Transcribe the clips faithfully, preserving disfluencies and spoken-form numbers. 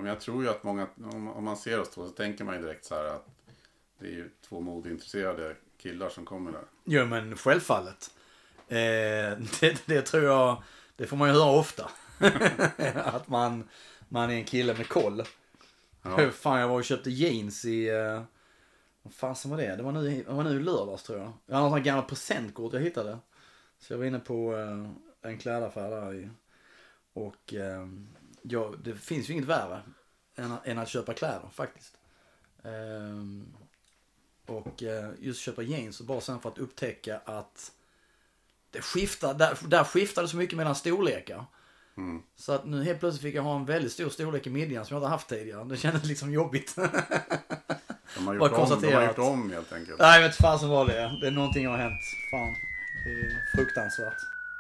Men jag tror ju att många, om, om man ser oss då så tänker man ju direkt så här att det är ju två modeintresserade killar som kommer där. Jo, men självfallet. Eh, det, det tror jag, det får man ju höra ofta. Att man, man är en kille med koll. Ja. Fan, jag var och köpte jeans i... Uh, vad fan som var det? Det var nu, det var nu lördags tror jag. Jag hade några gamla presentkort jag hittade. Så jag var inne på uh, en klädaffär där i. Och uh, ja, det finns ju inget värre än, än att köpa kläder faktiskt. Uh, och uh, just köpa jeans och bara sen för att upptäcka att det skiftar, där, där skiftar det så mycket mellan storlekar. Mm. Så att nu helt plötsligt fick jag ha en väldigt stor storlek i midjan som jag inte haft tidigare. Det kändes liksom jobbigt. De har gjort, om, de har gjort om helt enkelt. Nej, jag vet fan som var det. Det är någonting som har hänt. Fan, det är fruktansvärt.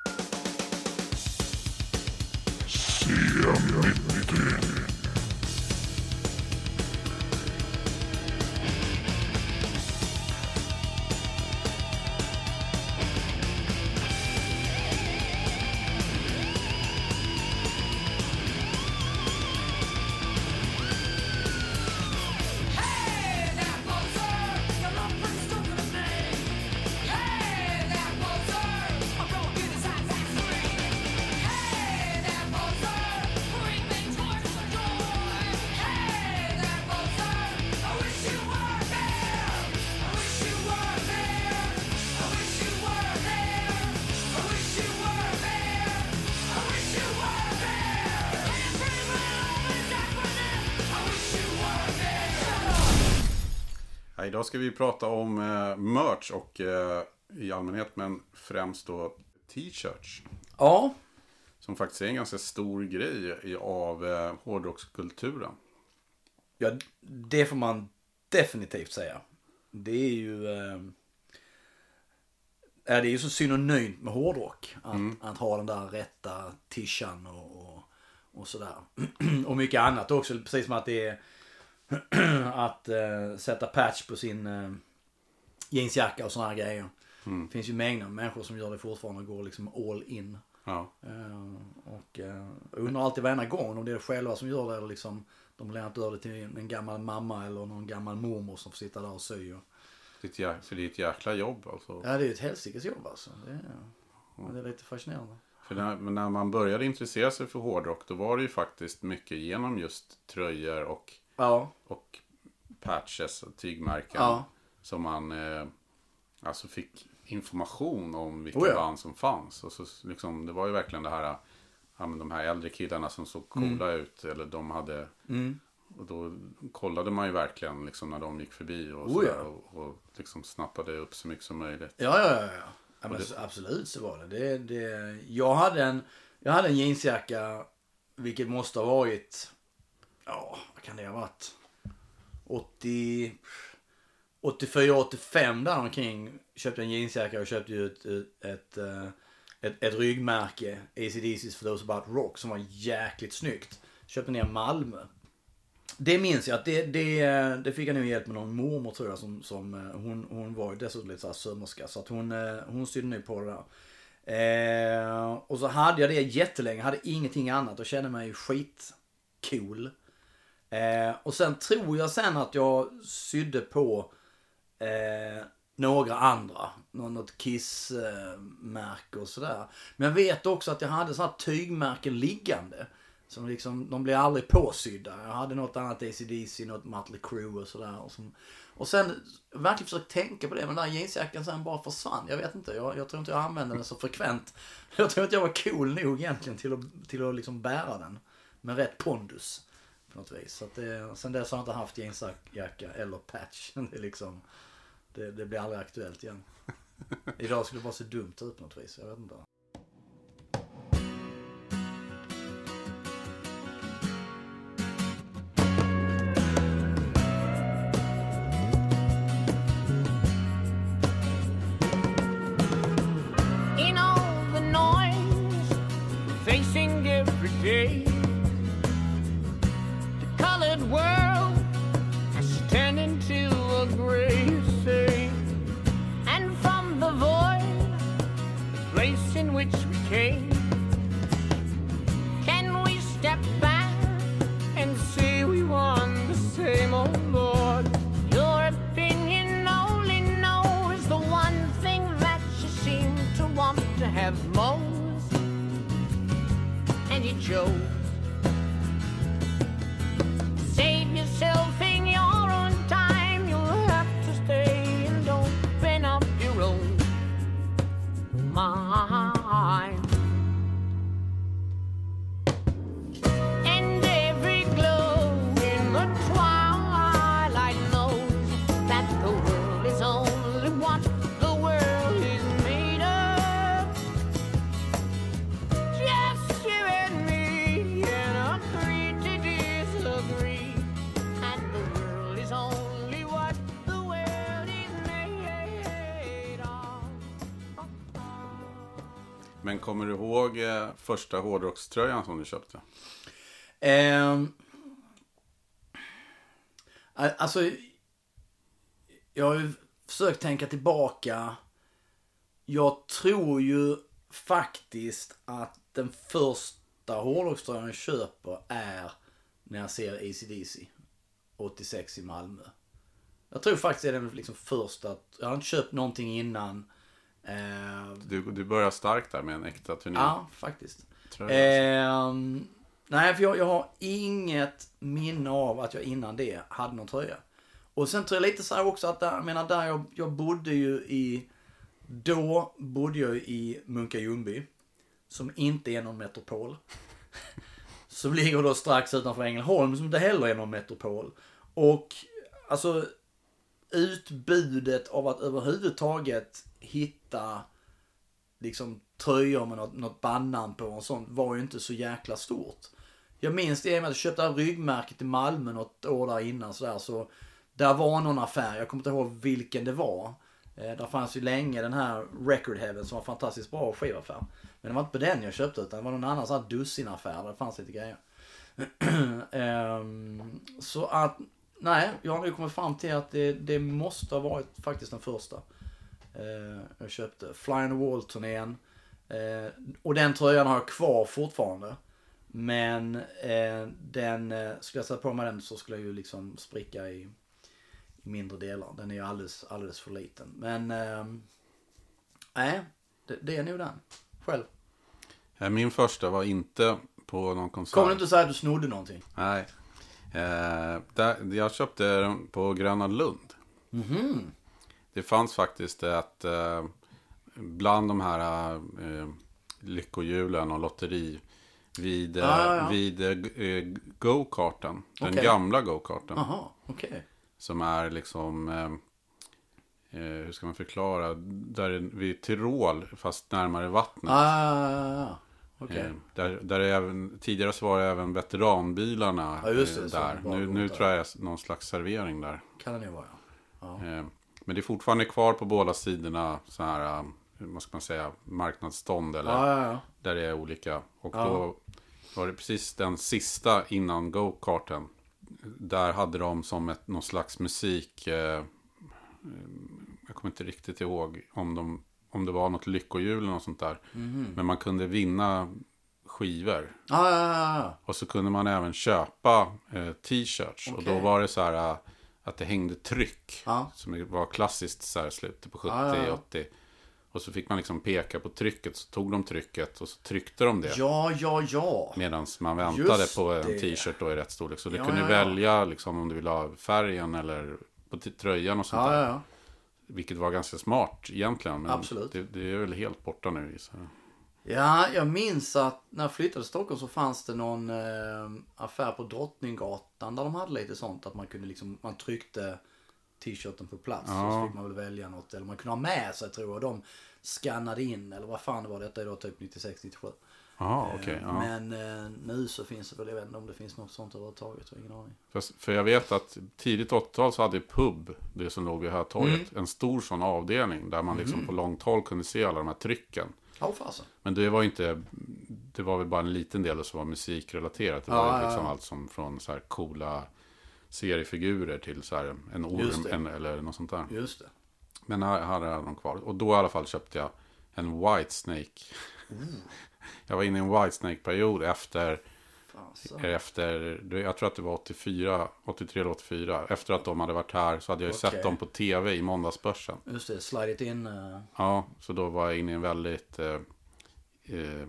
Idag ska vi prata om eh, merch och eh, i allmänhet, men främst då t-shirts. Ja. Som faktiskt är en ganska stor grej i, av eh, hårdrockskulturen. Ja, det får man definitivt säga. Det är ju eh, det är ju så synonymt med hårdrock att, mm. att ha den där rätta tishan och, och, och sådär. Och mycket annat också, precis som att det är att uh, sätta patch på sin uh, jeansjacka och såna här grejer. Mm. Det finns ju mängder av människor som gör det fortfarande och går liksom all in. Ja. Uh, och uh, undrar alltid varenda gång om det är själva som gör det eller liksom de lämnar över det till en gammal mamma eller någon gammal mormor som får sitta där och sy. Det är, för det är ett jäkla jobb alltså. Ja, det är ett helsikes jobb alltså. Det är, ja. Det är lite fascinerande. För när, men när man började intressera sig för hårdrock då var det ju faktiskt mycket genom just tröjor och Ja. och patches och tygmärken ja. som man eh, alltså fick information om vilka oh ja. band som fanns. Och så liksom, det var ju verkligen det här, ja, men de här äldre killarna som såg coola mm. ut eller de hade mm. och då kollade man ju verkligen liksom när de gick förbi och, oh så ja. där, och, och liksom snappade upp så mycket som möjligt. Ja, ja, ja. ja. ja men det, absolut så var det. Det, det. Jag hade en jag hade en jeansjacka vilket måste ha varit ja, vad kan det ha varit? åttio, åttiofyra åttiofem där omkring köpte en jeansjacka och köpte ju ett, ett, ett, ett ryggmärke A C D C's For Those About Rock som var jäkligt snyggt. Köpte ner Malmö. Det minns jag att det, det, det fick jag nog hjälp med någon mormor tror jag som, som hon, hon var ju dessutom lite så här sömmerska så att hon, hon styrde nu på det där. Eh, och så hade jag det jättelänge, hade ingenting annat och kände mig skit cool. Eh, och sen tror jag sen att jag sydde på eh, några andra. Något Kiss-märke och sådär. Men jag vet också att jag hade sådana tygmärken liggande. Som liksom, de blev aldrig påsydda. Jag hade något annat A C D C, något Mötley Crüe och sådär. Och, som, och sen verkligen försökt tänka på det. Men den där jeansjackan sen bara försvann. Jag vet inte, jag, jag tror inte jag använde den så frekvent. Jag tror inte jag var cool nog egentligen till att, till att liksom bära den. Med rätt pondus. På något vis. Så att det, sen dess har jag inte haft jeansjacka eller patch. Det, är liksom, det, det blir aldrig aktuellt igen. Idag skulle det vara så dumt ut på något vis. Jag vet inte. In all the noise facing every day, colored world has turned into a gray sea, and from the void, the place in which we came, can we step back and see Men kommer du ihåg eh, första hårdrockströjan som du köpte? Um, alltså, jag har ju försökt tänka tillbaka. Jag tror ju faktiskt att den första hårdrockströjan jag köper är när jag ser A C D C åttiosex i Malmö. Jag tror faktiskt det är den liksom första. Jag har inte köpt någonting innan. Uh, du, du börjar starkt där med en äkta turné. Ja, faktiskt. Tröja, uh, nej, för jag, jag har inget minne av att jag innan det hade någon tröja. Och sen tror jag lite så här också att där, jag menar, där jag, jag bodde ju i... Då bodde jag i Munka Ljungby. Som inte är någon metropol. Som ligger då strax utanför Ängelholm. Som inte heller är någon metropol. Och alltså utbudet av att överhuvudtaget hitta liksom tröjor med något, något bandnamn på och sånt var ju inte så jäkla stort. Jag minns det med att jag köpte ryggmärket i Malmö något år där innan sådär, så där var någon affär, jag kommer inte ihåg vilken det var. Eh, där fanns ju länge den här Record Heaven som var fantastiskt bra skivaffär. Men det var inte på den jag köpte, utan det var någon annan sån här dussinaffär där det fanns lite grejer. um, så att, nej, jag har nu kommit fram till att det, det måste ha varit faktiskt den första. Uh, jag köpte Fly on the Wall-turnén. Uh, och den tröjan har jag kvar fortfarande. Men uh, den, uh, skulle jag sätta på mig den så skulle jag ju liksom spricka i, i mindre delar. Den är ju alldeles, alldeles för liten. Men uh, nej, det, det är nog den. Själv. Min första var inte på någon konsert. Kommer du inte säga att du snodde någonting? Nej. Eh, där, jag köpte den på Gröna Lund. Mhm. Det fanns faktiskt ett eh, bland de här eh, lyckohjulen och lotteri vid, eh, Ah, ja, ja. vid eh, go-karten. Den Okej. gamla go-karten. Jaha, okej. Okay. Som är liksom, eh, eh, hur ska man förklara, där är vid Tirol fast närmare vattnet. Ah, okej. Eh, där, där är även, tidigare så var det även veteranbilarna Ja, just det, eh, så där. var Nu, det nu där. tror jag är någon slags servering där. Kan det ju vara, ja. Ja. Eh, men det är fortfarande kvar på båda sidorna så här, eh, vad ska man säga, marknadsstånd eller Ja, ja, ja. där det är olika. Och Ja. då var det precis den sista innan go-karten. Där hade de som ett, någon slags musik, eh, jag kommer inte riktigt ihåg om, de, om det var något lyckohjul eller något sånt där. Mhm. Men man kunde vinna skivor. Ja, ja, ja. Och så kunde man även köpa eh, t-shirts. Och Okej. då var det så här eh, att det hängde tryck. Ja. Som var klassiskt så här slutet på sjuttio, Ja, ja, ja. åttio. Och så fick man liksom peka på trycket. Så tog de trycket och så tryckte de det. Ja, ja, ja. Medan man väntade Just på en det. t-shirt då i rätt storlek. Så du Ja, kunde ja, ja. välja liksom om du ville ha färgen eller på t- tröjan och sånt Ja, där. ja, ja. Vilket var ganska smart egentligen. Men Absolut. Det, det är väl helt borta nu. Så. Ja, jag minns att när jag flyttade till Stockholm så fanns det någon eh, affär på Drottninggatan där de hade lite sånt. Att man kunde liksom, man tryckte t-shirten på plats. Ja. Och så fick man väl välja något. Eller man kunde ha med sig, tror jag. De skannade in, eller vad fan det var, detta är då typ nittiosex nittiosju. Jaha, okej. Eh, ja. Men eh, nu så finns det väl, jag vet inte om det finns något sånt överhuvudtaget. Jag har ingen aning. För, för jag vet att tidigt åttiotal så hade pub, det som låg vid Hötorget, Mm. en stor sån avdelning. Där man liksom på långt håll kunde se alla de här trycken. Ja, fasen. Men det var inte, det var väl bara en liten del som var musikrelaterat. Det Ja, var ja, liksom ja. allt som från så här coola seriefigurer till så här en Just orm det. en, eller något sånt där. Just det. Men här hade jag dem kvar. Och då i alla fall köpte jag en Whitesnake. Jag var inne i en Whitesnake-period efter, Fasen. efter, jag tror att det var åttiofyra, åttiotre eller åttiofyra. Efter att de hade varit här så hade jag ju Okej. sett dem på tv i måndagsbörsen. Just det, slide it in. Uh... Ja, så då var jag inne i en väldigt eh, eh,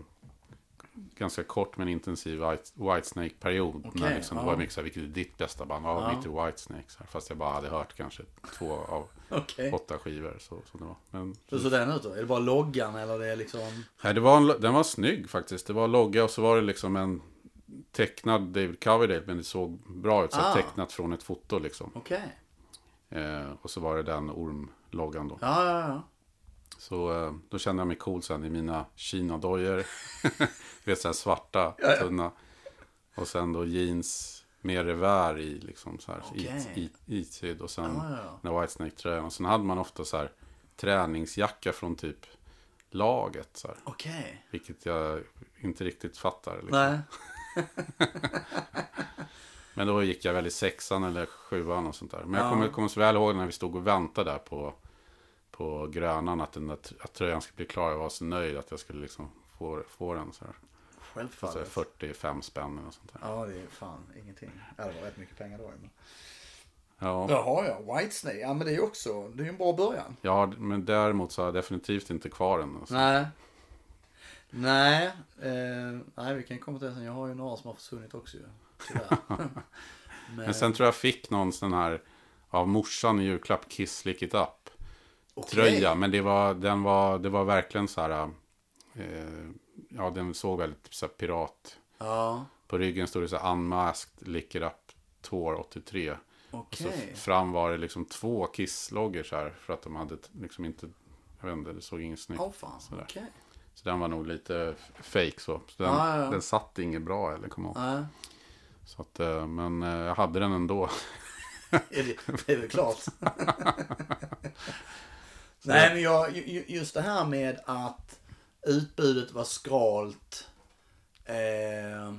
ganska kort men intensiv White, Whitesnake-period. Okej, när liksom, ja. Det var mycket så här, vilket är ditt bästa band? Ja, Ja. mitt är Whitesnake. Så här, fast jag bara hade hört kanske två av Okej. åtta skivor. Så, så det var. Men, Hur såg den ut då? Är det bara loggan eller det är liksom... nej, det var en, den var snygg faktiskt. Det var logga och så var det liksom en tecknad David Coverdale. Men det såg bra ut. Så Ah. tecknat från ett foto liksom. Okej. Eh, och så var det den ormloggan då. Ja, ja, ja. Så eh, då kände jag mig cool sen i mina Kina-dojor. Du vet, så här svarta, Ja, ja. tunna. Och sen då jeans med revär i, liksom så här, Okej. i, i, itsyd. Och sen Ja, ja, ja. den Whitesnake-tröjan. Och sen hade man ofta så här träningsjacka från typ laget. Så här. Okej. Vilket jag inte riktigt fattar. Liksom. Nej. Men då gick jag väl i sexan eller sjuan och sånt där. Men jag Ja. kommer, kommer så väl ihåg när vi stod och väntade där på, på Grönan. Att, den där, att tröjan skulle bli klar. Jag var så nöjd att jag skulle liksom få, få den. Så här. Självfallet. Alltså fyrtiofem spänn och sånt där. Ja, det är fan ingenting. Ja, det var rätt mycket pengar då. Men... Ja. Jaha, ja. Whitesnake. Ja, men det är ju också, det är ju en bra början. Ja, men däremot så har jag definitivt inte kvar den. Alltså. Nej. Nej. Eh, nej, vi kan komma till det sen. Jag har ju några som har försvunnit också ju. Tyvärr. men... men sen tror jag fick någon sån här av morsan i julklapp Kiss Lick It Up. Okay. Tröja. Men det var, den var, det var verkligen så här... Eh, ja, den såg väldigt så här, pirat. Ja. På ryggen stod det så här Unmasked Lick It Up Tour åttiotre. Okej. Och så fram var det liksom två Kiss-loggor så här. För att de hade liksom inte... Jag vet inte, det såg inget snyggt. Åh oh, fan, okej. Okay. Så den var nog lite fake så. så den, ah, ja. den satt inget bra eller kom ihåg. Ah. Så att, men jag hade den ändå. är det, det är väl klart. Nej, men jag, just det här med att utbudet var skralt. Eh,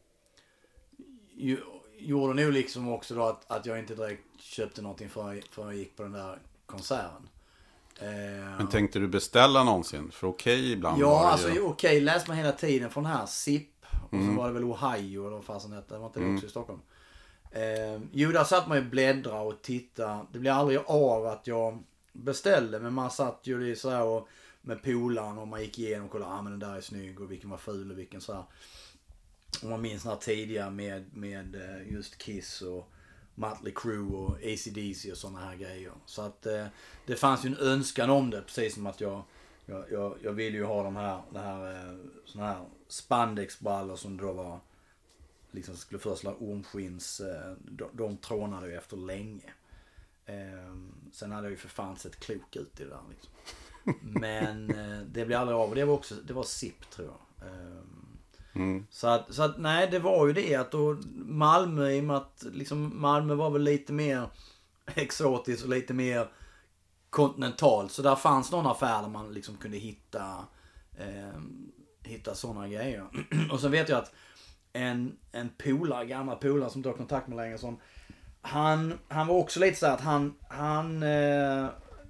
gjorde nog liksom också då att, att jag inte direkt köpte någonting för, för jag gick på den där konserten. Eh, men tänkte du beställa någonsin? För okej okay, ibland ja, var det alltså ju... okej, okay, läs man hela tiden från den här S I P. Och mm. så var det väl Ohio eller vad fasen hette. Det var inte det mm. också i Stockholm. Eh, jo, där satt man ju bläddra och titta. Det blev aldrig av att jag beställde. Men man satt ju så här och med polaren och man gick igenom och kollade. Ah, men den där är snygg och vilken var ful och vilken så här. Och man minns när tidigare med, med just Kiss och Mötley Crüe och A C D C och sådana här grejer. Så att eh, det fanns ju en önskan om det. Precis som att jag jag, jag, jag ville ju ha de här, de här, såna här spandexbrallor som då var liksom skulle föreslå ormskins. De, de trånade ju efter länge. Eh, sen hade jag ju för fan sett klok ut i det där liksom. Men eh, det blev aldrig av. Och det var också, det var S I P tror jag. Eh, mm. så, att, så att nej, det var ju det att då Malmö, i och med att liksom Malmö var väl lite mer exotiskt och lite mer kontinentalt. Så där fanns någon affär där man liksom kunde hitta eh, hitta sådana grejer. Och så vet jag att en, en polare, gammal polare som inte har kontakt med längre, som han, han var också lite så här att han han eh,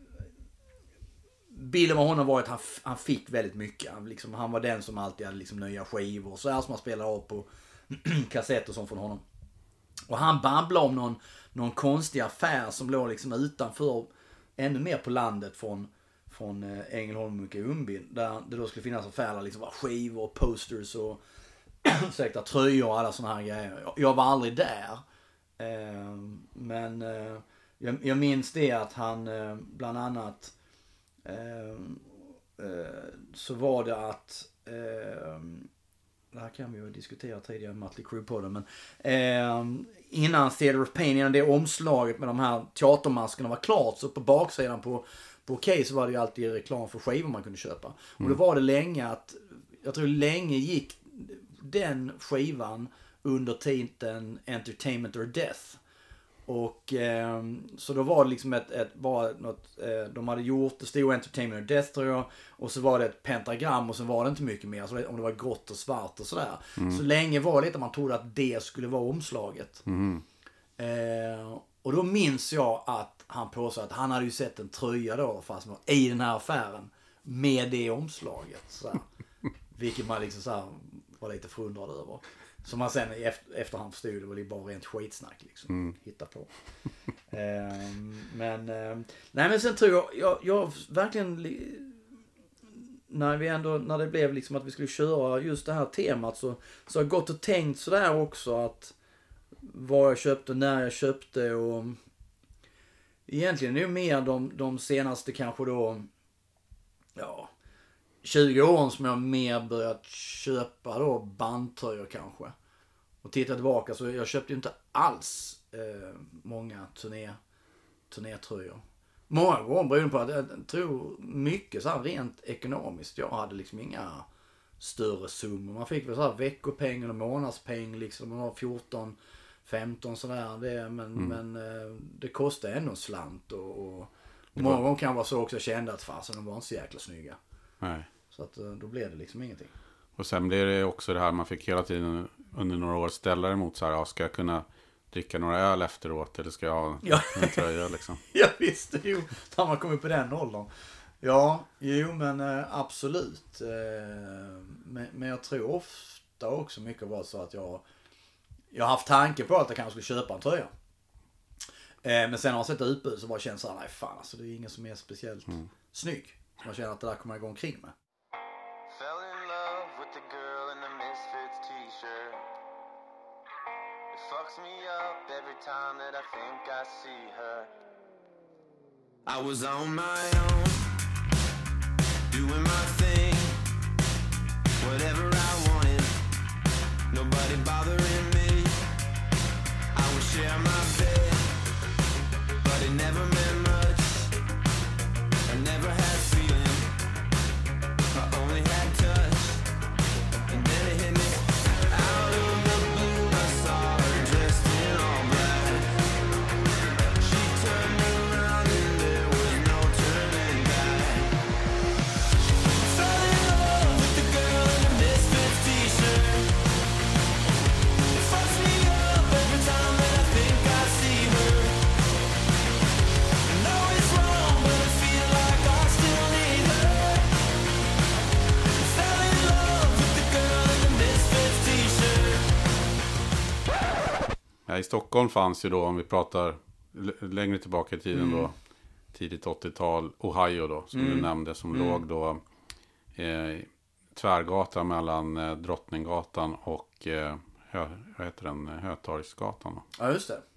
bilden med honom var att han, han fick väldigt mycket. Han, liksom, han var den som alltid hade liksom nya skivor. Så här som man spelade av på kassetter som från honom. Och han babblade om någon, någon konstig affär som låg liksom utanför, ännu mer på landet från, från Ängelholm och Umbyn. Där det då skulle finnas affärer där liksom var skivor och posters och säkert tröjor och alla såna här grejer. Jag, jag var aldrig där. Eh, men eh, jag, jag minns det att han eh, bland annat eh, eh, så var det att eh, det här kan vi ju diskutera tidigare med Mötley Crüe på det, men eh, innan Theater of Pain, innan det omslaget med de här teatermaskerna var klart, så på baksidan på på Okej så var det ju alltid reklam för skivor man kunde köpa. Mm. Och då var det länge att, jag tror länge gick den skivan under titeln Entertainment or Death. Och eh, så då var det liksom ett, ett bara något, eh, de hade gjort det stod Entertainment or Death tror jag, och så var det ett pentagram och så var det inte mycket mer, så om det var grått och svart och sådär. Mm. Så länge var det lite att man trodde att det skulle vara omslaget. Mm. Eh, och då minns jag att han påstod att han hade ju sett en tröja då fast i den här affären med det omslaget. Så vilket man liksom så här var lite förundrad över. Som man sen i efter, efterhand förstod, det var ju bara rent skitsnack liksom. Mm. Hitta på. eh, men eh, nej men sen tror jag, jag, jag verkligen när vi ändå, när det blev liksom att vi skulle köra just det här temat, så, så har jag gått och tänkt sådär också att vad jag köpte, när jag köpte, och egentligen är det mer de, de senaste kanske då ja tjugo åren som jag mer börjat köpa då bandtröjor kanske. Och titta tillbaka så jag köpte ju inte alls eh, många turné, turnétröjor. Många gånger beroende på att jag tror mycket så här rent ekonomiskt. Jag hade liksom inga större summor. Man fick väl så här veckopeng eller månadspeng liksom. Man var fjorton femton sådär. Det, men mm. men eh, det kostade ändå en slant. Och, och många gånger kan vara så också, jag kände att fasen de var inte så jäkla snygga. Nej. Så att då blev det liksom ingenting. Och sen blev det också det här, man fick hela tiden under några år ställa emot så här, ja, ska jag kunna dricka några öl efteråt eller ska jag ha ja. en tröja liksom? Ja visst, jo, när man kommer på den åldern. Ja, jo men eh, absolut. Eh, men, men jag tror ofta också mycket var så att jag jag har haft tanke på att jag kanske skulle köpa en tröja. Eh, men sen har jag sett utbud så bara känns så här, nej fan alltså det är ingen som är speciellt mm. snygg. Så man känner att det där kommer jag gå omkring med. Fell in love with the girl in the Misfits t-shirt. It fucks me up every time that I think I see her. I was on my own, doing my thing, whatever I wanted, nobody bothering me. I would share my bed, but it never meant much. I never had feeling, I only had touch. And then it hit me out of the blue. I saw her dressed in all black. She turned around and there was no turning back. Fell in love with the girl in the Misfits t-shirt. It fucks me up every time that I think I see her. I know it's wrong, but I feel like I still need her. Fell in love with the girl in the Misfits t-shirt. Ja, i Stockholm fanns ju då, om vi pratar l- längre tillbaka i tiden Mm. då, tidigt åttiotal, Ohio då, som Mm. du nämnde, som Mm. låg då eh, tvärgatan mellan eh, Drottninggatan och eh, hö, vad heter den, Hötorgsgatan då. Ja just det.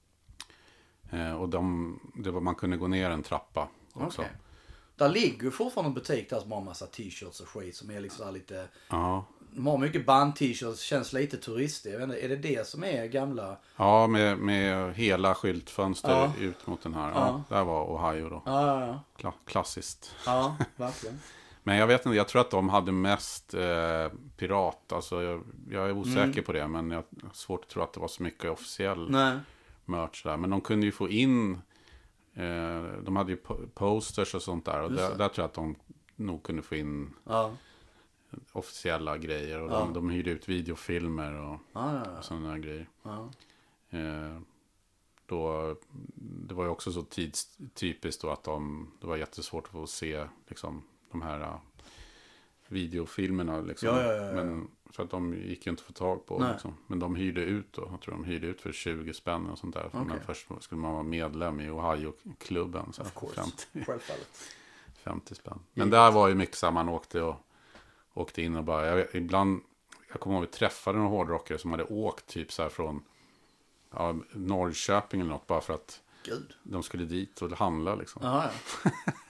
Eh, och de, det var, man kunde gå ner en trappa också. Okej. Där ligger ju fortfarande en butik där som har en massa t-shirts och skit som är liksom så här lite... Ja. De har mycket band-t-shirts, känns lite turistigt. Jag vet inte, är det det som är gamla... Ja, med, med hela skyltfönster Ja. ut mot den här. Ja, Ja. där var Ohio då. Ja, ja, ja. Kla- klassiskt. Ja, verkligen. Men jag vet inte, jag tror att de hade mest eh, pirat. Alltså jag, jag är osäker Mm. på det, men jag har svårt att tro att det var så mycket officiell Nej. merch där. Men de kunde ju få in, eh, de hade ju po- posters och sånt där. Och Just där, det. där tror jag att de nog kunde få in Ja. officiella grejer. Och Ja. de, de hyrde ut videofilmer och, Ja, ja, ja. och sådana där grejer. Ja. Eh, då, det var ju också så tidstypiskt då att de, det var jättesvårt att få se liksom, de här uh, videofilmerna. Liksom. Ja, ja, ja, ja. Men, för att de gick ju inte att få tag på. Nej. Liksom. Men de hyrde ut då. Jag tror de hyrde ut för tjugo spänn och sånt där. Okej. Men först skulle man vara medlem i Ohio-klubben. Så Of course. femtio, Självfallet. femtio spänn. Men där var ju mycket så här, man åkte och åkte in och bara, jag, ibland, jag kommer ihåg att vi träffade några hårdrockare som hade åkt typ så här från ja, Norrköping eller något, bara för att Gud. de skulle dit och handla liksom. Ja, ja.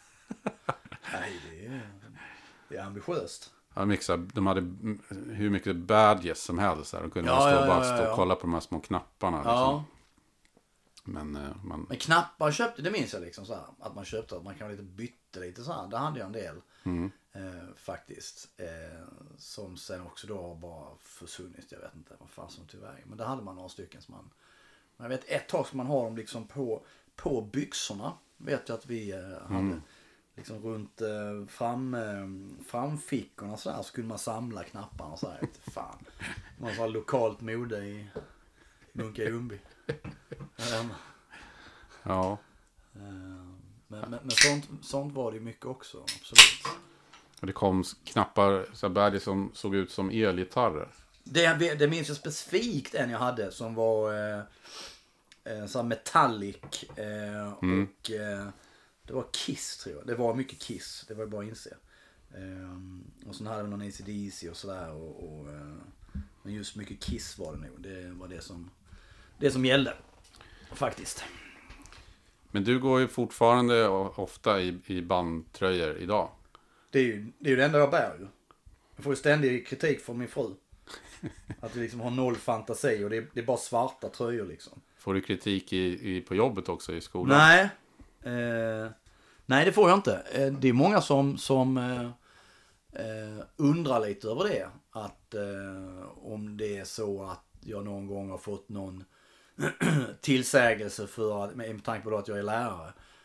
Nej, det är, det är ambitiöst. Ja, mycket så här, de hade mm, hur mycket badges som helst. Så här. De kunde Ja, bara stå, ja, bara ja, stå ja. och kolla på de här små knapparna. Liksom. Ja. Men eh, man... Men knappar köpte, det minns jag liksom så här, att man köpte, att man kan lite byta lite så här. Det hade jag en del Mm. eh, faktiskt. Eh, som sen också då har bara försvunnit. Jag vet inte vad fan som tog vägen. Men där hade man några stycken som man... Men jag vet ett tag som man har dem liksom på, på byxorna. Vet jag att vi eh, hade. Mm. Liksom runt eh, fram, eh, framfickorna så där. Så kunde man samla knapparna och så här. Inte fan. Man var lokalt mode i Munka-Ljungby. Um, Ja. um, men men, men sånt, sånt var det ju mycket också. Absolut. Och det kom knappar, så här badges som såg ut som elgitarrer. Det, det minns jag specifikt en jag hade som var eh, eh, så här metallic eh, Mm. och eh, det var Kiss tror jag. Det var mycket Kiss, det var bara att inse. Eh, och sen hade vi någon A C D C och sådär. Och, och, eh, men just mycket Kiss var det nog. Det var det som, det som gällde faktiskt. Men du går ju fortfarande ofta i, i bandtröjor idag. Det är ju det, är ju det enda jag bär ju. Jag får ju ständig kritik från min fru. Att vi liksom har noll fantasi och det är, det är bara svarta tröjor liksom. Får du kritik i, i, på jobbet också i skolan? Nej. Eh, nej det får jag inte. Eh, det är många som, som eh, eh, undrar lite över det. Att eh, om det är så att jag någon gång har fått någon tillsägelse för att, med tanke på att jag är lärare.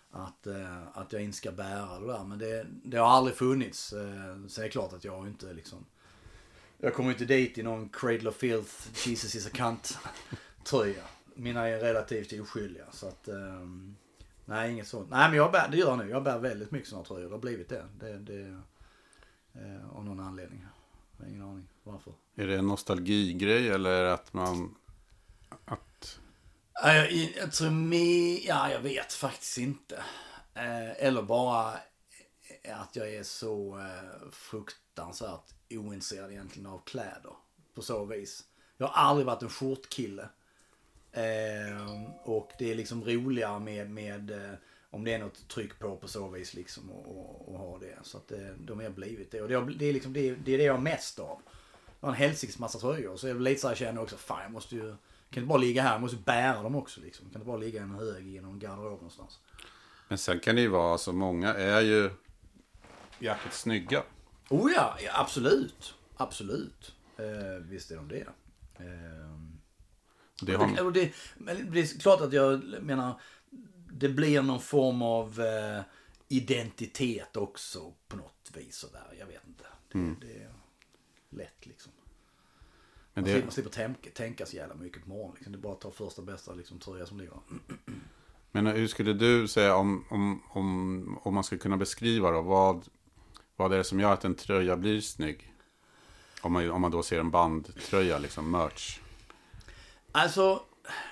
att, eh, att jag inte ska bära det där. Men det, det har aldrig funnits. Eh, så är det klart att jag inte liksom... Jag kommer inte dit i någon Cradle of Filth, Jesus is a cunt tröja. Mina är relativt oskyldiga. Så att... Eh, nej, inget sånt. Nej, men jag bär, det gör jag nu. Jag bär väldigt mycket sådana tröjor. Det har blivit det. Det, det eh, av någon anledning. Jag har ingen aning varför. Är det en nostalgigrej eller att man... Att... Jag, jag tror mig, ja jag vet faktiskt inte. Eh, eller bara att jag är så eh, fruktansvärt ointresserad egentligen av kläder. På så vis. Jag har aldrig varit en skjortkille. Eh, och det är liksom roligare med, med eh, om det är något tryck på på så vis liksom och, och, och ha det. Så att det, de har blivit det. Och det, har, det, är liksom, det, det är det jag har mest av. Jag har en helsikes massa tröjor. Så jag är lite så här, känner också, fan jag måste ju... Kan inte bara ligga här, jag måste bära dem också liksom. Kan inte bara ligga i en hög i någon garderob någonstans. Men sen kan det ju vara, alltså många är ju jäkligt snygga. Oh ja, ja absolut. Absolut. Eh, visst är de det. Eh, det, har... och det, men det är klart att jag menar, det blir någon form av eh, identitet också på något vis sådär. Jag vet inte. Det, mm. det är lätt liksom. Man, det... man slipper tänka, tänka så jävla mycket på morgonen. Liksom. Det är bara att ta första bästa liksom, tröja som ligger. Men hur skulle du säga om, om, om, om man skulle kunna beskriva då, vad, vad är det som gör att en tröja blir snygg? Om man, om man då ser en bandtröja, liksom merch. Alltså,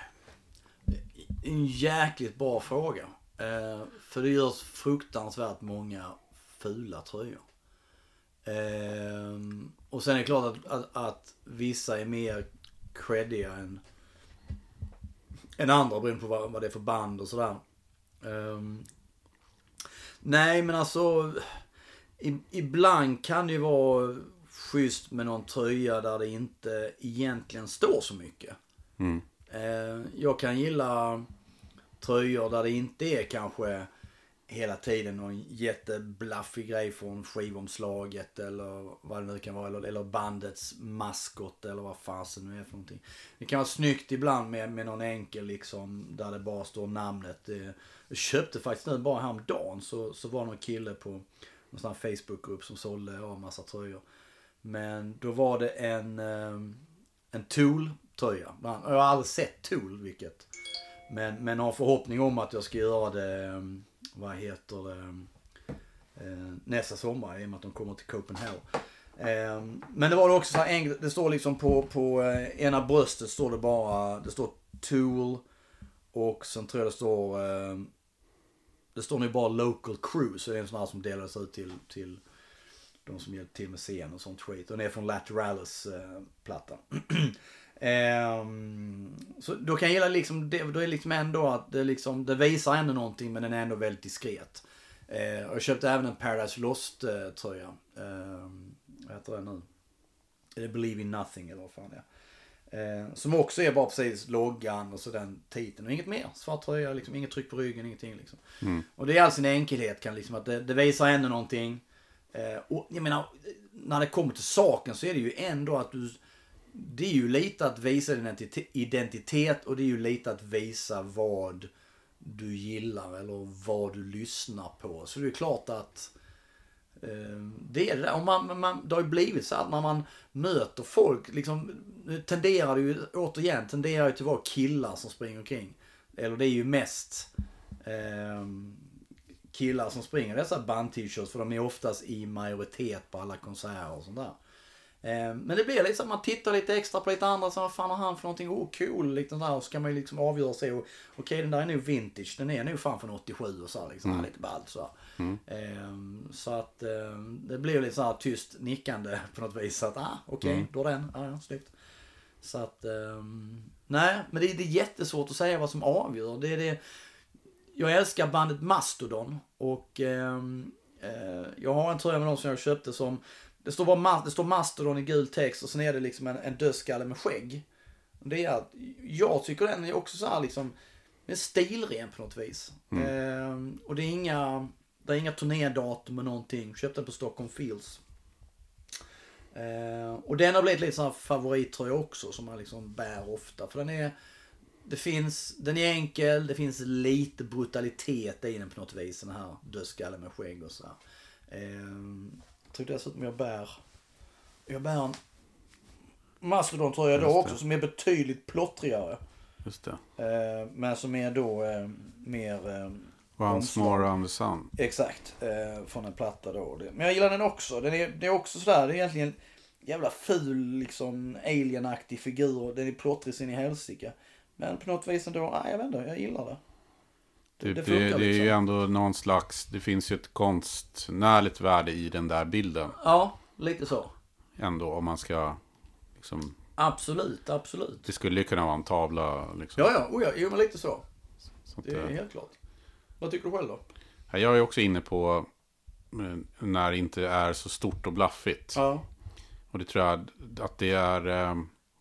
en jäkligt bra fråga. Eh, för det görs fruktansvärt många fula tröjor. Eh, och sen är det klart att, att, att vissa är mer creddiga än, än andra beroende på vad, vad det är för band och sådär. Eh, nej men alltså i, ibland kan det ju vara schysst med någon tröja där det inte egentligen står så mycket. Mm. Eh, jag kan gilla tröjor där det inte är kanske hela tiden någon jätteblaffig grej från skivomslaget eller vad det nu kan vara, eller, eller bandets maskot eller vad fasen nu är för någonting. Det kan vara snyggt ibland med, med någon enkel liksom där det bara står namnet. Jag köpte faktiskt nu bara häromdagen så, så var någon kille på någon sån här Facebookgrupp som sålde av massa tröjor. Men då var det en en Tool-tröja. Jag har aldrig sett Tool vilket. Men, men har förhoppning om att jag ska göra det, vad heter det, eh, nästa sommar i och med att de kommer till Copenhagen. Eh, men det var det också så här, det står liksom på, på eh, ena bröstet står det bara, det står Tool och sen tror jag det står, eh, det står nu bara Local Crew, så det är en sån här som delas ut till, till de som hjälper till med scen och sånt skit. Och den är från Lateralis eh, platta. Um, så då kan jag gilla liksom, det, då är liksom ändå att det liksom, det visar ändå någonting men den är ändå väldigt diskret. Uh, jag köpte även en Paradise Lost uh, tröja. Uh, vad heter det nu? Är det Believe in Nothing eller vad fan det är. Uh, som också är bara precis loggan och så den titeln och inget mer. Svart tröja, liksom, inget tryck på ryggen, ingenting liksom. Mm. Och det är all sin enkelhet kan liksom, att det, det visar ändå någonting. Uh, och jag menar, när det kommer till saken så är det ju ändå att du, det är ju lite att visa din identitet och det är ju lite att visa vad du gillar eller vad du lyssnar på. Så det är klart att eh, det är det där. Och man, man, det har ju blivit så att när man möter folk, liksom, tenderar det ju återigen tenderar det till att vara killar som springer omkring. Eller det är ju mest eh, killar som springer dessa band-t-shirts för de är oftast i majoritet på alla konserter och sånt där. Men det blir liksom, man tittar lite extra på lite andra, så vad fan har han för någonting, oh cool, liksom där, och så kan man ju liksom avgöra sig, och okej okay, den där är nu vintage, den är nu fan från åttiosju och så liksom, mm. lite ballt så. Mm. Um, så att um, det blir lite så här tyst nickande på något vis, så att ah okej, okay, mm. då är den, ah, ja, snyggt. Så att, um, nej, men det, det är jättesvårt att säga vad som avgör, det är det, jag älskar bandet Mastodon, och um, uh, jag har en tröja med dem som jag köpte som Det står, bara, det står Mastodon i gul text och sen är det liksom en, en dödskalle med skägg. Det är att jag tycker den är också så här liksom, den är stilren på något vis. Mm. Eh, och det är inga, det är inga turnédatum med någonting. Köpte den på Stockholm Fields. Eh, och den har blivit lite så här favorittröja också som man liksom bär ofta. För den är, det finns, den är enkel, det finns lite brutalitet i den på något vis. Den här dödskallen med skägg och sådär. Eh, jag tror dessutom jag bär, jag bär en Mastodon tror jag då också som är betydligt plottrigare. Just det. Eh, men som är då eh, mer... Eh, Once More on the Sun. Exakt. Eh, från en platta då. Men jag gillar den också. Den är, det är också sådär. Det är egentligen jävla ful liksom alien-aktig figur. Den är plottrig sin i helsike. Men på något vis ändå, nej jag vet inte, jag gillar det. Det, det, det, det är liksom. Ju ändå någon slags, det finns ju ett konstnärligt värde i den där bilden. Ja, lite så. Ändå om man ska liksom... Absolut, absolut. Det skulle ju kunna vara en tavla liksom. Ja, ja, oh, ja, jo, men lite så. så det är att, helt klart. Vad tycker du själv då? Jag är också inne på när det inte är så stort och blaffigt. Ja. Och det tror jag att det är...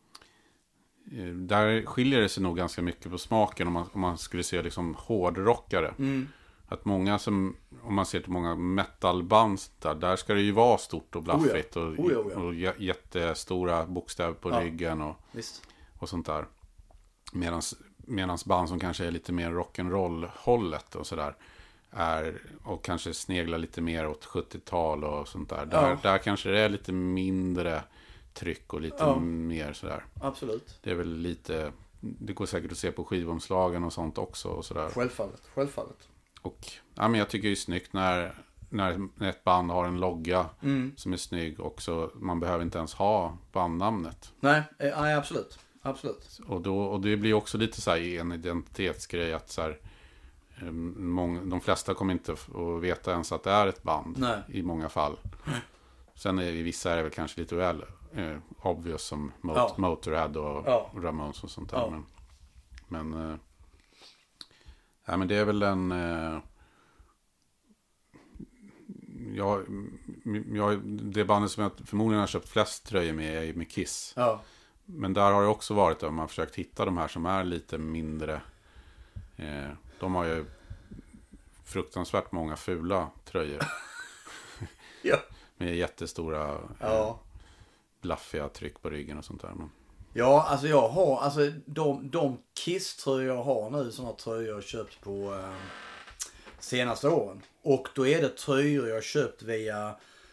Där skiljer det sig nog ganska mycket på smaken om man, om man skulle se liksom hårdrockare. Mm. Att många som, om man ser till många metalband där, där ska det ju vara stort och blaffigt. Oh ja. Oh ja, oh ja. Och, och jättestora bokstäver på ja. ryggen och, och sånt där. Medans, medans band som kanske är lite mer rock'n'roll-hållet och sådär. Är, och kanske sneglar lite mer åt sjuttiotal och sånt där. Där, ja. där kanske det är lite mindre tryck och lite ja. mer sådär. Absolut. Det är väl lite, det går säkert att se på skivomslagen och sånt också och sådär. Självfallet, självfallet. Och ja, men jag tycker det är snyggt när, när ett band har en logga mm. som är snygg och så man behöver inte ens ha bandnamnet. Nej, nej absolut. Absolut. Och, då, och det blir också lite så här en identitetsgrej att så här, många, de flesta kommer inte att veta ens att det är ett band. Nej. I många fall. Nej. Sen är i vissa är det väl kanske lite väl eh, obvious som Mot- ja. Motorhead och ja. Ramones och sånt där. Ja. Men, men, eh, ja, men det är väl en... Eh, jag, jag, det bandet som jag förmodligen har köpt flest tröjor med är med Kiss. Ja. Men där har det också varit att man har försökt hitta de här som är lite mindre. Eh, de har ju fruktansvärt många fula tröjor. ja. Med jättestora ja. eh, blaffiga tryck på ryggen och sånt där. Men... Ja, alltså jag har, alltså de, de Kiss-tröjor jag har nu, sådana tröjor jag har köpt på eh, senaste åren. Och då är det tröjor jag har köpt via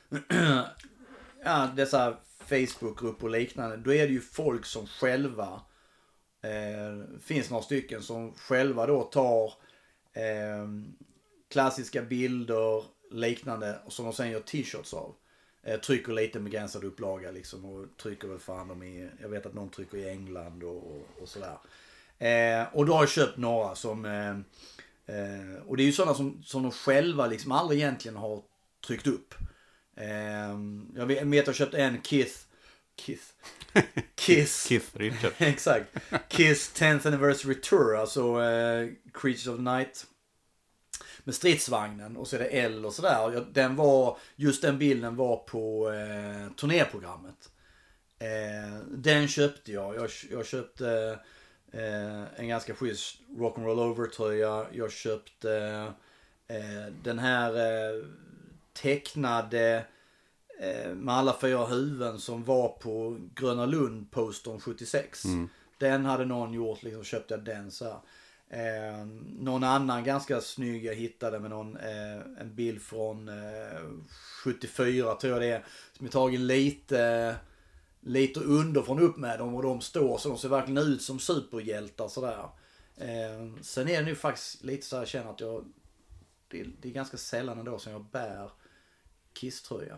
ja, dessa Facebookgrupper och liknande. Då är det ju folk som själva, eh, finns några stycken som själva då tar eh, klassiska bilder, liknande, och som de sen gör t-shirts av. Eh, trycker lite begränsad upplaga liksom, och trycker väl fan de i, jag vet att någon trycker i England och, och, och sådär. Eh, och då har jag köpt några som, eh, eh, och det är ju sådana som, som de själva liksom aldrig egentligen har tryckt upp. Eh, jag vet att jag köpt en Kiss, Kiss, Kiss, Kiss Richard. exakt, Kiss tenth Anniversary Tour, alltså eh, Creatures of the Night. Med stridsvagnen och så är det L och sådär. Den var, just den bilden var på eh, turnéprogrammet. Eh, den köpte jag. Jag, jag köpte eh, en ganska schysst Rock'n'Roll Over-tröja. Jag köpte eh, den här eh, tecknade eh, med alla fyra huvuden som var på Gröna Lund-postern sjuttiosex. Mm. Den hade någon gjort, liksom köpte jag den så här. Eh, någon annan ganska snygg jag hittade med någon, eh, en bild från eh, sjuttiofyra tror jag det är, som är tagen lite lite under från upp med dem och de står så de ser verkligen ut som superhjältar sådär. Eh, sen är det nu faktiskt lite så här, jag känner att jag det, det är ganska sällan ändå som jag bär Kiss-tröja.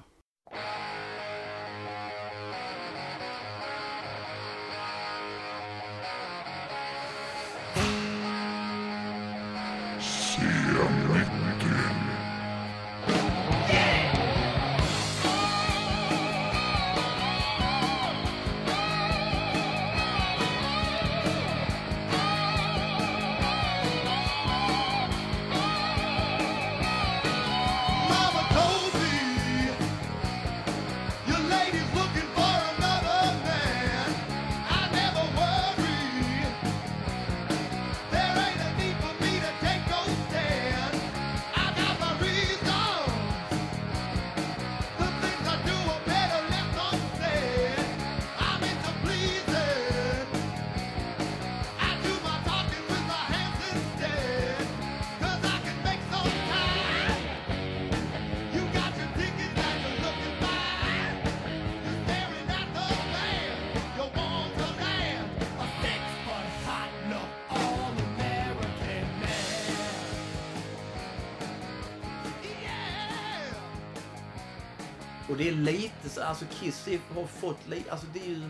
Och det är lite så, alltså Kiss har fått lite, alltså det är ju,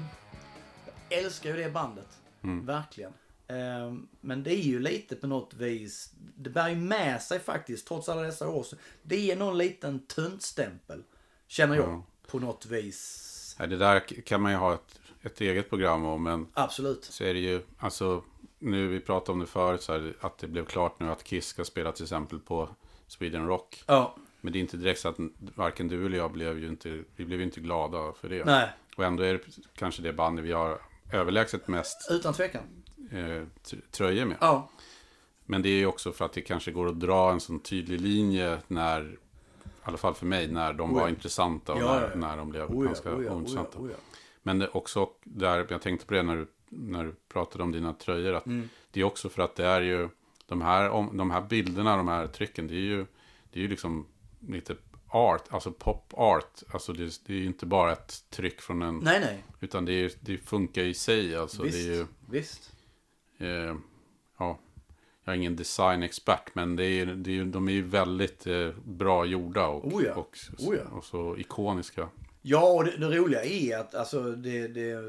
jag älskar ju det bandet. Mm. Verkligen. Um, men det är ju lite på något vis, det bär ju med sig faktiskt, trots alla dessa år. Så det är någon liten tuntstämpel, känner jag, mm. på något vis. Ja, det där kan man ju ha ett, ett eget program om, men absolut. Så är det ju, alltså nu vi pratade om det förut, så här, att det blev klart nu att Kiss ska spela till exempel på Sweden Rock. Ja. Men det är inte direkt så att varken du eller jag blev ju inte, vi blev ju inte glada för det. Nej. Och ändå är det kanske det bandet vi har överlägset mest utan tvekan eh, tröjor med. Ja. Men det är ju också för att det kanske går att dra en sån tydlig linje när, i alla fall för mig, när de oh ja. var intressanta och ja, när, ja, ja. när de blev oh ja, ganska oh ja, ointressanta. Oh ja, oh ja. Men det också där, jag tänkte på det när du, när du pratade om dina tröjor, att mm. det är också för att det är ju de här, om, de här bilderna, de här trycken, det är ju, det är ju liksom lite art, alltså pop art, alltså det, det är ju inte bara ett tryck från en, nej nej, utan det, är, det funkar i sig, alltså visst, det är ju, visst. Eh, ja, jag är ingen designexpert, men det är, det är, de är ju väldigt eh, bra gjorda och, oh ja. och, oh ja. och så ikoniska. Ja, och det, det roliga är att alltså, det, det,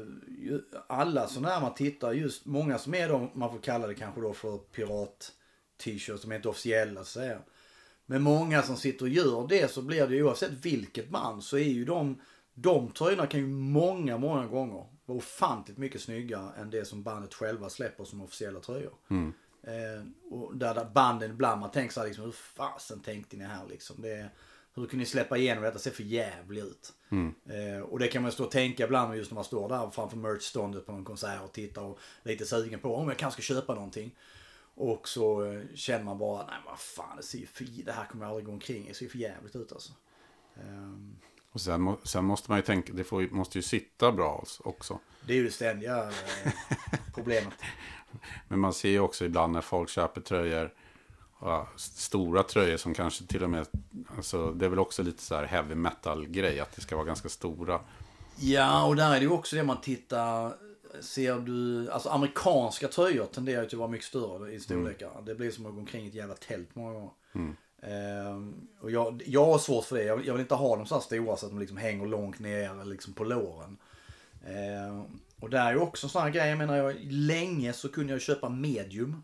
alla sådana här man tittar, just många som är de, man får kalla det kanske då för pirat-t-shirts som är inte officiella, så att säga. Men många som sitter och gör det, så blir det ju, oavsett vilket band, så är ju de, de tröjorna kan ju många, många gånger vara ofantligt mycket snyggare än det som bandet själva släpper som officiella tröjor. Mm. Eh, och där, där banden ibland, man tänker så här liksom, hur fasen tänkte ni här liksom? Det, hur kunde ni släppa igenom detta? Ser för jävligt ut. Mm. Eh, och det kan man stå och tänka ibland just när man står där framför merchståndet på någon konsert och tittar och lite sugen på om jag kanske ska köpa någonting. Och så eh, känner man bara, nej vad fan, det ser ju för, det här kommer jag aldrig gå omkring, det ser ju för jävligt ut alltså. Um, och sen, sen måste man ju tänka, det får, måste ju sitta bra också. Det är ju det ständiga eh, problemet. Men man ser ju också ibland när folk köper tröjor, ja, stora tröjor som kanske till och med, alltså det är väl också lite så här heavy metal grej, att det ska vara ganska stora. Ja, och där är det ju också det man tittar, ser du, alltså amerikanska tröjor tenderar ju att vara mycket större i storlekar. Mm. Det blir som att gå omkring ett jävla tält många gånger. Mm. Ehm, och jag, jag har svårt för det. Jag, jag vill inte ha dem så här stora så att de liksom hänger långt ner liksom på låren. Ehm, och där är ju också sådana grejer, menar jag, länge så kunde jag köpa medium.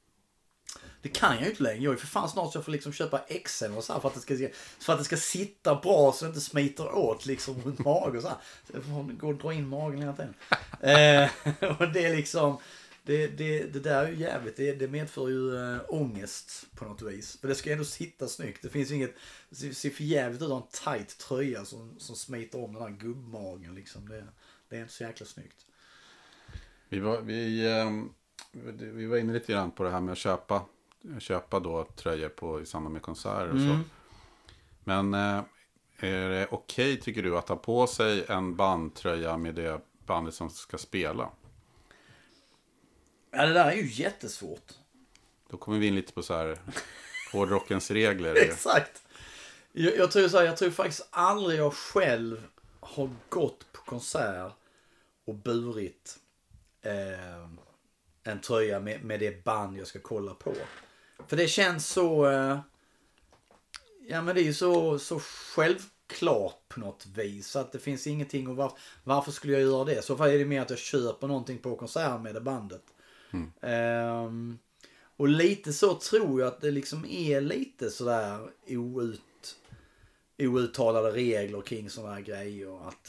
Det kan jag ju inte längre. Jag är för fan snart så jag får liksom köpa X L och så här för att det ska, för att det ska sitta bra så det inte smiter åt liksom runt magen och så här. Så jag får gå och dra in magen hela tiden. eh, och det är liksom, det, det, det där är ju jävligt. Det, det medför ju äh, ångest på något vis. För det ska ändå sitta snyggt. Det finns ju inget, det ser för jävligt ut att ha en tight tröja som, som smiter om den här gubbmagen liksom. Det, det är inte så jäkla snyggt. Vi var, vi, um, vi var inne lite grann på det här med att köpa köpa då tröjor på i samband med konserter och så. Mm. Men eh, är det okej okay, tycker du, att ha på sig en bandtröja med det bandet som ska spela? Ja, det där är ju jättesvårt. Då kommer vi in lite på så här hårdrockens regler. Exakt. Jag, jag tror så här, jag tror faktiskt aldrig jag själv har gått på konsert och burit eh, en tröja med, med det band jag ska kolla på. För det känns så, eh, ja men det är ju så, så självklart på något vis. Så att det finns ingenting, och var, varför skulle jag göra det? Så fall är det mer att jag köper någonting på konsert med det bandet. Mm. Um, och lite så tror jag att det liksom är lite sådär out, outtalade regler kring sådana här grejer. Att